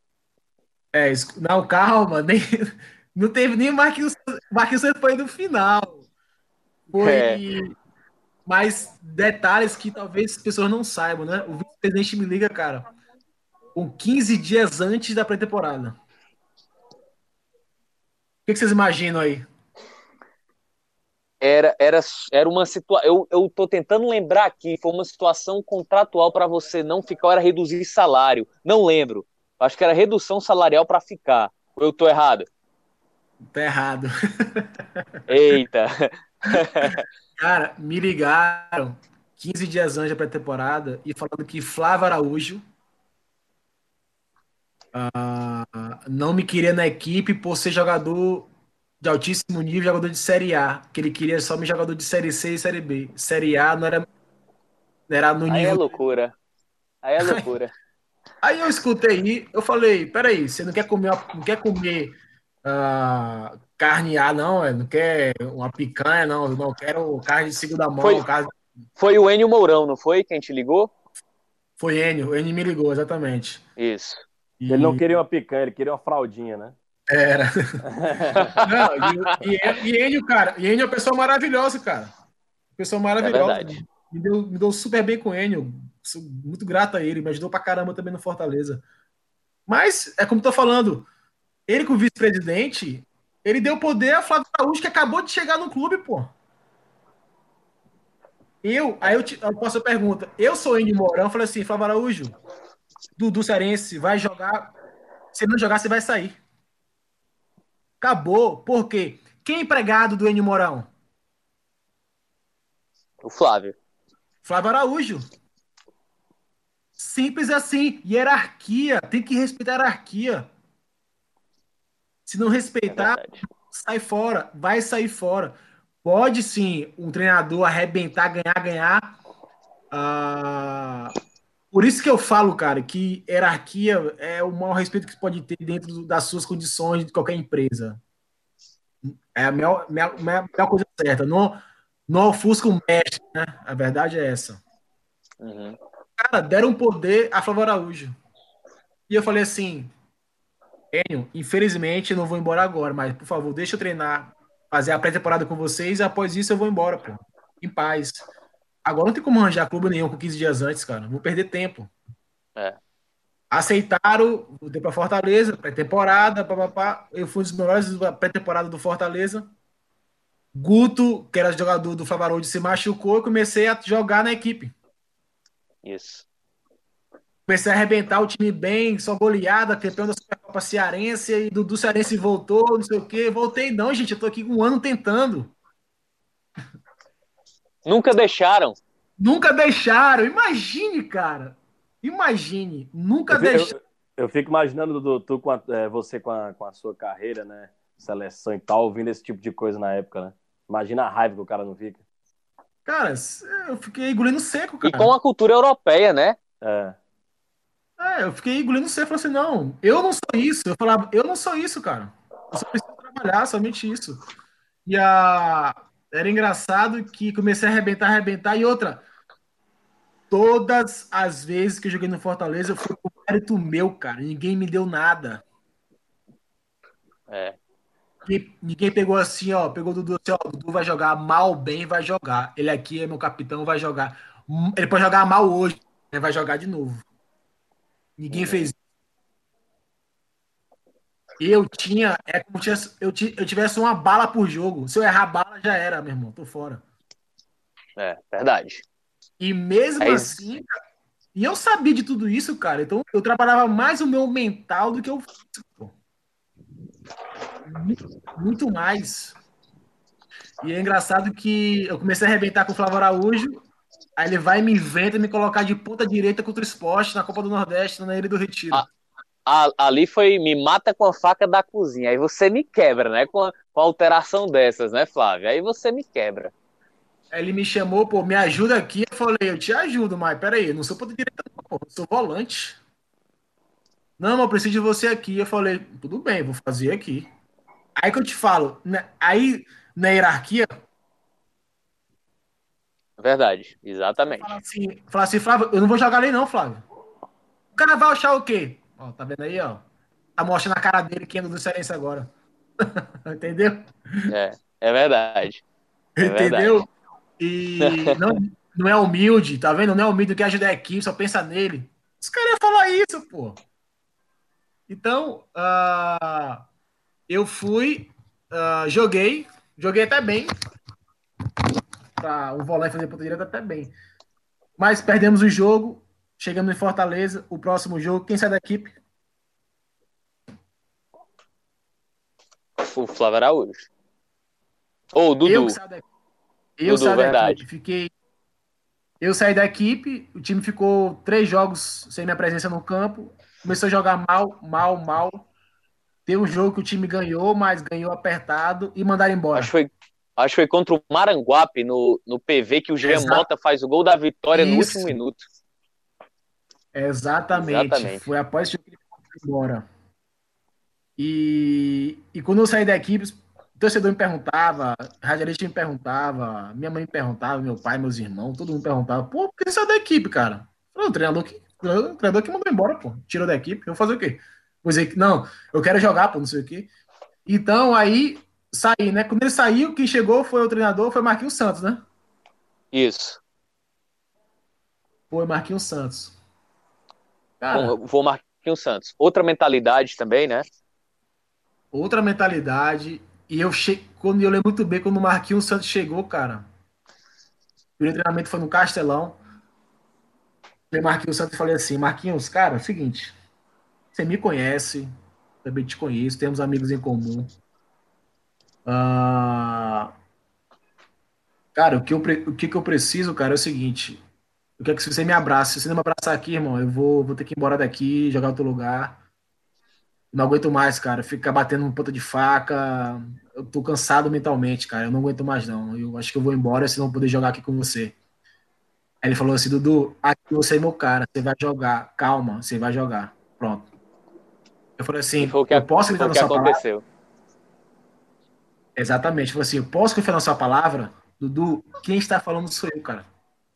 não, calma, nem, não teve nem Marquinhos Santos foi no final. É, Foi mais detalhes que talvez as pessoas não saibam, né? O vice-presidente me liga, cara, com 15 dias antes da pré-temporada. O que vocês imaginam aí? era, era, era uma situação. Eu tô tentando lembrar aqui, foi uma situação contratual para você não ficar, ou era reduzir salário. Não lembro. Acho que era redução salarial para ficar. Ou eu tô errado? Tá errado. Eita. Cara, me ligaram 15 dias antes da pré-temporada e falando que Flávio Araújo não me queria na equipe por ser jogador de altíssimo nível, jogador de Série A, que ele queria só me jogador de Série C e Série B. Série A não era no Aí é nível. loucura. Aí é loucura. Aí eu escutei, eu falei, peraí, você não quer comer carne A, não, não quer uma picanha, não, eu não quero carne de segunda Foi, mão, carne. foi o Enio Mourão, não foi? Quem te ligou? Foi Enio, o Enio me ligou, exatamente. Isso. Ele não E queria uma picanha, ele queria uma fraldinha, né? era. Não, e Enio, cara, e Enio é uma pessoa maravilhosa, cara. Pessoa É maravilhosa. verdade. Me deu super bem com o Enio. Sou muito grato a ele, me ajudou pra caramba também no Fortaleza. Mas, é como eu tô falando, ele com o vice-presidente, ele deu poder a Flávio Araújo, que acabou de chegar no clube, pô. Eu posso a pergunta. Eu sou Enio Mourão, eu falei assim, Flávio Araújo, Dudu Cearense, vai jogar. Se ele não jogar, você vai sair. Acabou. Por quê? Quem é empregado do Enio Mourão? O Flávio. Flávio Araújo. Simples assim. Hierarquia. Tem que respeitar a hierarquia. Se não É respeitar, verdade. sai fora. Vai sair fora. Pode sim um treinador arrebentar, ganhar. Por isso que eu falo, cara, que hierarquia é o maior respeito que você pode ter dentro das suas condições de qualquer empresa. É a melhor coisa certa. Não ofusca o mestre, né? A verdade é essa. Uhum. Cara, deram poder a Flávio Araújo. E eu falei assim, Enio, infelizmente eu não vou embora agora, mas por favor, deixa eu treinar, fazer a pré-temporada com vocês e após isso eu vou embora, pô. Em paz. Agora não tem como arranjar clube nenhum com 15 dias antes, cara. Vou perder tempo. É. Aceitaram, voltei pra Fortaleza, pré-temporada, papapá. Eu fui um dos melhores da pré-temporada do Fortaleza. Guto, que era jogador do Flávio Araújo, se machucou e comecei a jogar na equipe. Isso. Comecei a arrebentar o time bem, só goleada, campeão da Supercopa Cearense, e do Cearense voltou, não sei o quê. Voltei não, gente, eu tô aqui um ano tentando. Nunca deixaram. Nunca deixaram, imagine, cara. Imagine, nunca Eu, fi- deixaram. eu fico imaginando, Dudu, você com a sua carreira, né? Seleção e tal, ouvindo esse tipo de coisa na época, né? Imagina a raiva que o cara não fica. Cara, eu fiquei engolindo seco, E cara. com a cultura europeia, né? É. Eu fiquei engolindo seco, falei assim, não, eu não sou isso. Eu falava, eu não sou isso, cara. Eu só preciso trabalhar, somente isso. Era engraçado que comecei a arrebentar, e outra, todas as vezes que eu joguei no Fortaleza, foi por mérito meu, cara. Ninguém me deu nada. É. Ninguém pegou assim, ó. Pegou o Dudu assim, ó. O Dudu vai jogar mal, bem, vai jogar. Ele aqui é meu capitão, vai jogar. Ele pode jogar mal hoje, né, vai jogar de novo. Ninguém Uhum. fez. Eu tinha. É como se eu tivesse uma bala por jogo. Se eu errar a bala, já era, meu irmão. Tô fora. É, verdade. E mesmo Aí, assim, e eu sabia de tudo isso, cara. Então eu trabalhava mais o meu mental do que o físico. Muito mais. E é engraçado que eu comecei a arrebentar com o Flávio Araújo. Aí ele vai e me inventa me colocar de ponta direita contra o Esporte na Copa do Nordeste, na Ilha do Retiro. ali foi me mata com a faca da cozinha. Aí você me quebra, né? Com a alteração dessas, né, Flávio? Aí você me quebra. Aí ele me chamou, pô, me ajuda aqui. Eu falei, eu te ajudo, mas peraí, eu não sou ponta direita, não, pô, eu sou volante. Não, mas eu preciso de você aqui. Eu falei, tudo bem, vou fazer aqui. Aí que eu te falo, né, aí na hierarquia, Verdade, fala exatamente. assim, Flávio, eu não vou jogar ali não, Flávio. O cara vai achar o quê? Ó, tá vendo aí, ó? Tá mostrando a cara dele que é do Cearense agora. Entendeu? É verdade. É verdade. Entendeu? E não é humilde, tá vendo? Não é humilde, não quer ajudar a equipe, só pensa nele. Os caras iam falar isso, pô. Então, eu fui, joguei até bem. Pra o volante fazer ponta direita até bem. Mas perdemos o jogo, chegamos em Fortaleza, o próximo jogo, quem sai da equipe? O Flávio Araújo. Ou o Eu que Dudu. saio da, eu Dudu, saio da equipe. verdade. Eu saí da equipe, o time ficou 3 jogos sem minha presença no campo, começou a jogar mal. Tem um jogo que o time ganhou, mas ganhou apertado e mandaram Acho que embora. foi, acho que foi contra o Maranguape no PV que o Jean Exato. Mota faz o gol da vitória no último Isso, minuto. exatamente. Exatamente. Foi após esse jogo que ele foi embora. E quando eu saí da equipe, o torcedor me perguntava, a radialista me perguntava, minha mãe me perguntava, meu pai, meus irmãos, todo mundo perguntava, pô, por que você saiu da equipe, cara? Eu falei, o treinador que mandou embora, pô, tirou da equipe, eu vou fazer o quê? Vou dizer que, não, eu quero jogar, pô, não sei o quê. Então, aí, saí, né? Quando ele saiu, quem chegou foi o treinador, foi Marquinhos Santos, né? Isso. Foi Marquinhos Santos. Bom, Cara, eu vou Marquinhos Santos. Outra mentalidade também, né? outra mentalidade. E quando eu lembro muito bem, quando o Marquinhos Santos chegou, cara, o primeiro treinamento foi no Castelão. Eu marquei o Santos e falei assim, Marquinhos, cara, é o seguinte, você me conhece, também te conheço, temos amigos em comum. Cara, o que eu preciso, cara, é o seguinte, Eu quero que você me abrace. Se você não me abraçar aqui, irmão, eu vou ter que ir embora daqui, jogar em outro lugar. Não aguento mais, cara. Ficar batendo um ponta de faca. Eu tô cansado mentalmente, cara. Eu não aguento mais, não. Eu acho que eu vou embora, se não poder jogar aqui com você. Aí ele falou assim, Dudu, aqui você é meu cara. Você vai jogar. Calma, você vai jogar. Pronto. Eu falei E assim, eu posso foi acreditar o na que sua palavra? aconteceu. Exatamente. Eu falei assim, eu posso confiar na sua palavra? Dudu, quem está falando sou eu, cara.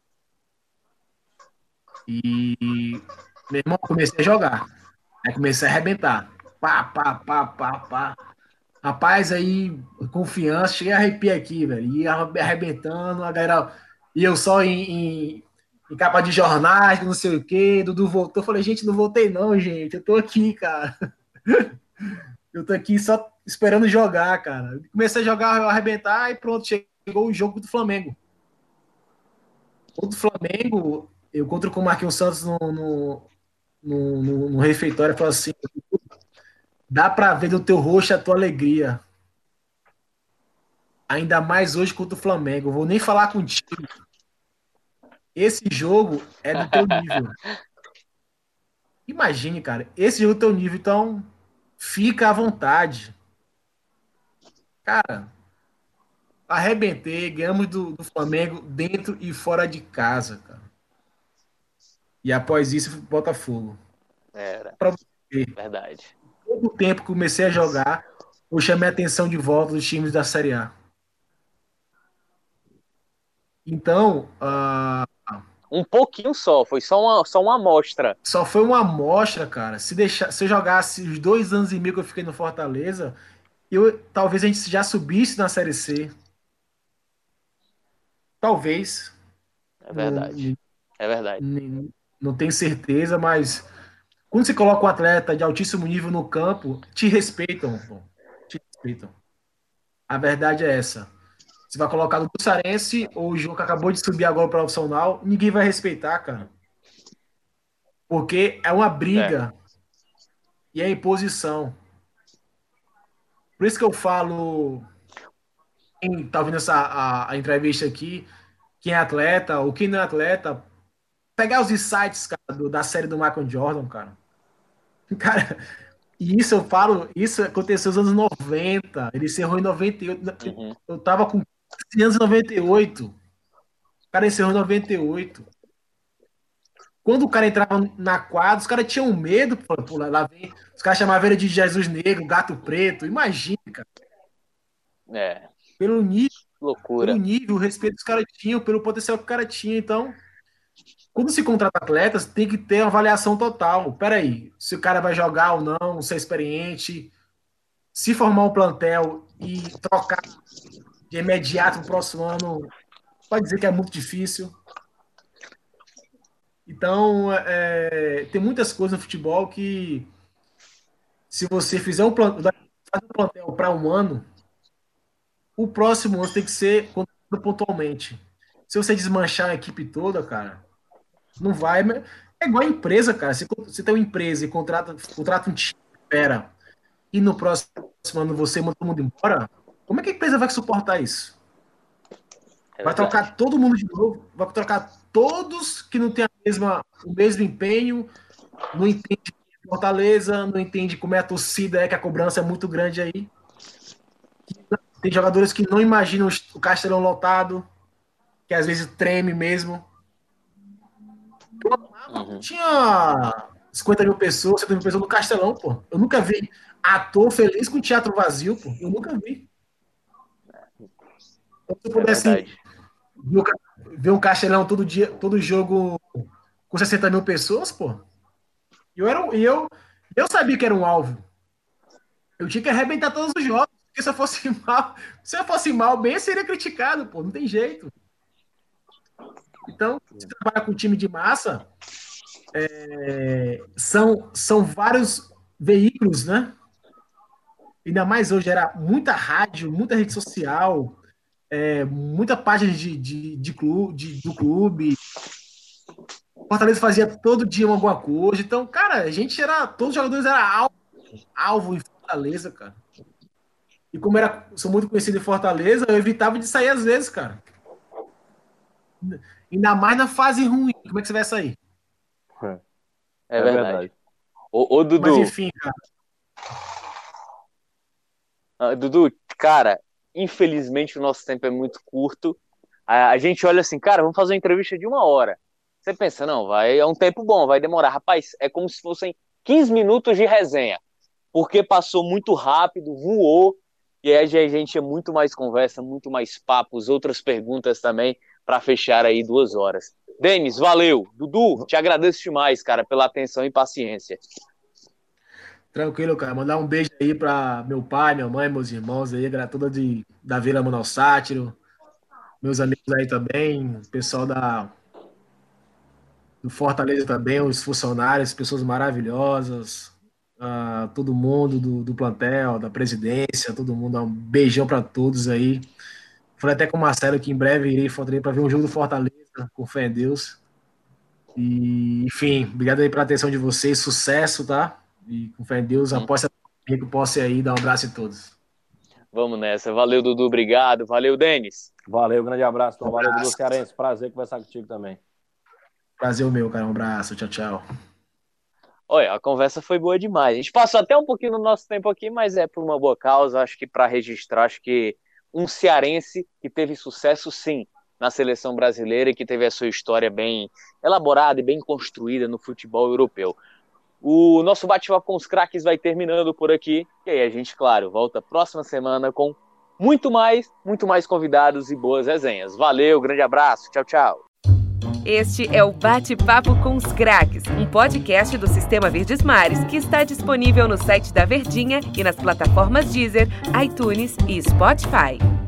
E, meu irmão, eu comecei a jogar. Aí comecei a arrebentar. Pá, pá, pá, pá, pá. Rapaz, aí, confiança, cheguei a arrepiar aqui, velho. Ia arrebentando, a galera. E eu só em capa de jornais, não sei o quê. Dudu voltou. Eu falei, gente, não voltei, não, gente. Eu tô aqui, cara. Eu tô aqui só esperando jogar, cara. Comecei a jogar, arrebentar e pronto, chegou o jogo do Flamengo. O do Flamengo, eu encontro com o Marquinhos Santos no refeitório e falo assim: dá pra ver no teu rosto a tua alegria. Ainda mais hoje contra o Flamengo. Eu vou nem falar contigo. Esse jogo é do teu nível. Imagine, cara. Esse jogo é do teu nível. Então, fica à vontade. Cara, arrebentei. Ganhamos do Flamengo dentro e fora de casa, cara. E após isso, Botafogo. Era, Pra você ver, verdade. todo o tempo que comecei a jogar, eu chamei a atenção de volta dos times da Série A. Então, Um pouquinho só, foi só uma amostra. só foi uma amostra, cara. Se eu jogasse os 2 anos e meio que eu fiquei no Fortaleza, talvez a gente já subisse na Série C. Talvez. É Não, verdade. É verdade. não tenho certeza, mas quando você coloca um atleta de altíssimo nível no campo, te respeitam, pô. Te respeitam. A verdade é essa. Você vai colocar no Bussarense ou o João que acabou de subir agora para o profissional, ninguém vai respeitar, cara. Porque é uma É. briga e é imposição. Por isso que eu falo, quem tá ouvindo a entrevista aqui, quem é atleta ou quem não é atleta, pegar os insights, cara, da série do Michael Jordan, cara. Cara, e isso eu falo, isso aconteceu nos anos 90. Ele encerrou em 98. Uhum. Eu tava com 15 anos em 98. O cara encerrou em 98. Quando o cara entrava na quadra, os caras tinham medo, pô, lá vem. Os caras chamavam ele de Jesus Negro, Gato Preto. Imagina, cara. É, Pelo nível, pelo loucura. nível, o respeito que os caras tinham, pelo potencial que o cara tinha. Então, quando se contrata atletas, tem que ter uma avaliação total. Peraí, se o cara vai jogar ou não, se é experiente, se formar um plantel e trocar de imediato no próximo ano, pode dizer que é muito difícil. Então, tem muitas coisas no futebol que, se você fizer fazer um plantel para um ano, o próximo ano tem que ser contratado pontualmente. Se você desmanchar a equipe toda, cara, não vai. É igual a empresa, cara. Se você tem uma empresa e contrata um time, espera, e no próximo ano você manda todo mundo embora, como é que a empresa vai suportar isso? É Vai verdade. trocar todo mundo de novo, vai trocar todos que não têm o mesmo empenho, não entende Fortaleza, não entende como é a torcida, que a cobrança é muito grande aí. Tem jogadores que não imaginam o Castelão lotado, que às vezes treme mesmo. Uhum. Tinha 50 mil pessoas, 70 mil pessoas no Castelão, pô. Eu nunca vi ator feliz com teatro vazio, pô. Eu nunca vi. Então, se eu É pudesse verdade. ver um Castelão todo dia, todo jogo com 60 mil pessoas, pô. Eu sabia que era um alvo. Eu tinha que arrebentar todos os jogos. Porque se eu fosse mal, bem seria criticado, pô. Não tem jeito. Então, se trabalhar com time de massa, são vários veículos, né? Ainda mais hoje era muita rádio, muita rede social, muita página do clube. Fortaleza fazia todo dia alguma coisa. Então, cara, todos os jogadores eram alvo em Fortaleza, cara. E como sou muito conhecido em Fortaleza, eu evitava de sair às vezes, cara. Ainda mais na fase ruim. Como é que você vai sair? É verdade. Ô, Dudu. Mas enfim, cara. Dudu, cara, infelizmente o nosso tempo é muito curto. A gente olha assim, cara, vamos fazer uma entrevista de 1 hora. Você pensa, não, é um tempo bom, vai demorar. Rapaz, é como se fossem 15 minutos de resenha. Porque passou muito rápido, voou. E aí a gente tinha muito mais conversa, muito mais papos, outras perguntas também, para fechar aí 2 horas. Denis, valeu. Dudu, te agradeço demais, cara, pela atenção e paciência. Tranquilo, cara. Mandar um beijo aí para meu pai, minha mãe, meus irmãos aí, a galera toda da Vila Manoel Sátiro, meus amigos aí também, o pessoal do Fortaleza também, os funcionários, pessoas maravilhosas, todo mundo do plantel, da presidência, todo mundo. Um beijão para todos aí. Falei até com o Marcelo que em breve irei para ver um jogo do Fortaleza, com fé em Deus. E, enfim, obrigado aí pela atenção de vocês, sucesso, tá? E com fé em Deus, após que eu possa aí dar um abraço a todos. Vamos nessa. Valeu, Dudu. Obrigado. Valeu, Denis. Valeu, grande abraço. Tom. Valeu, Dudu Cearense. Prazer conversar contigo também. Prazer o meu, cara. Um abraço. Tchau, tchau. Olha, a conversa foi boa demais. A gente passou até um pouquinho do nosso tempo aqui, mas é por uma boa causa. Acho que para registrar, acho que um cearense que teve sucesso, sim, na seleção brasileira e que teve a sua história bem elaborada e bem construída no futebol europeu. O nosso bate-papo com os craques vai terminando por aqui. E aí a gente, claro, volta próxima semana com muito mais convidados e boas resenhas. Valeu, grande abraço. Tchau, tchau. Este é o Bate-Papo com os Craques, um podcast do Sistema Verdes Mares que está disponível no site da Verdinha e nas plataformas Deezer, iTunes e Spotify.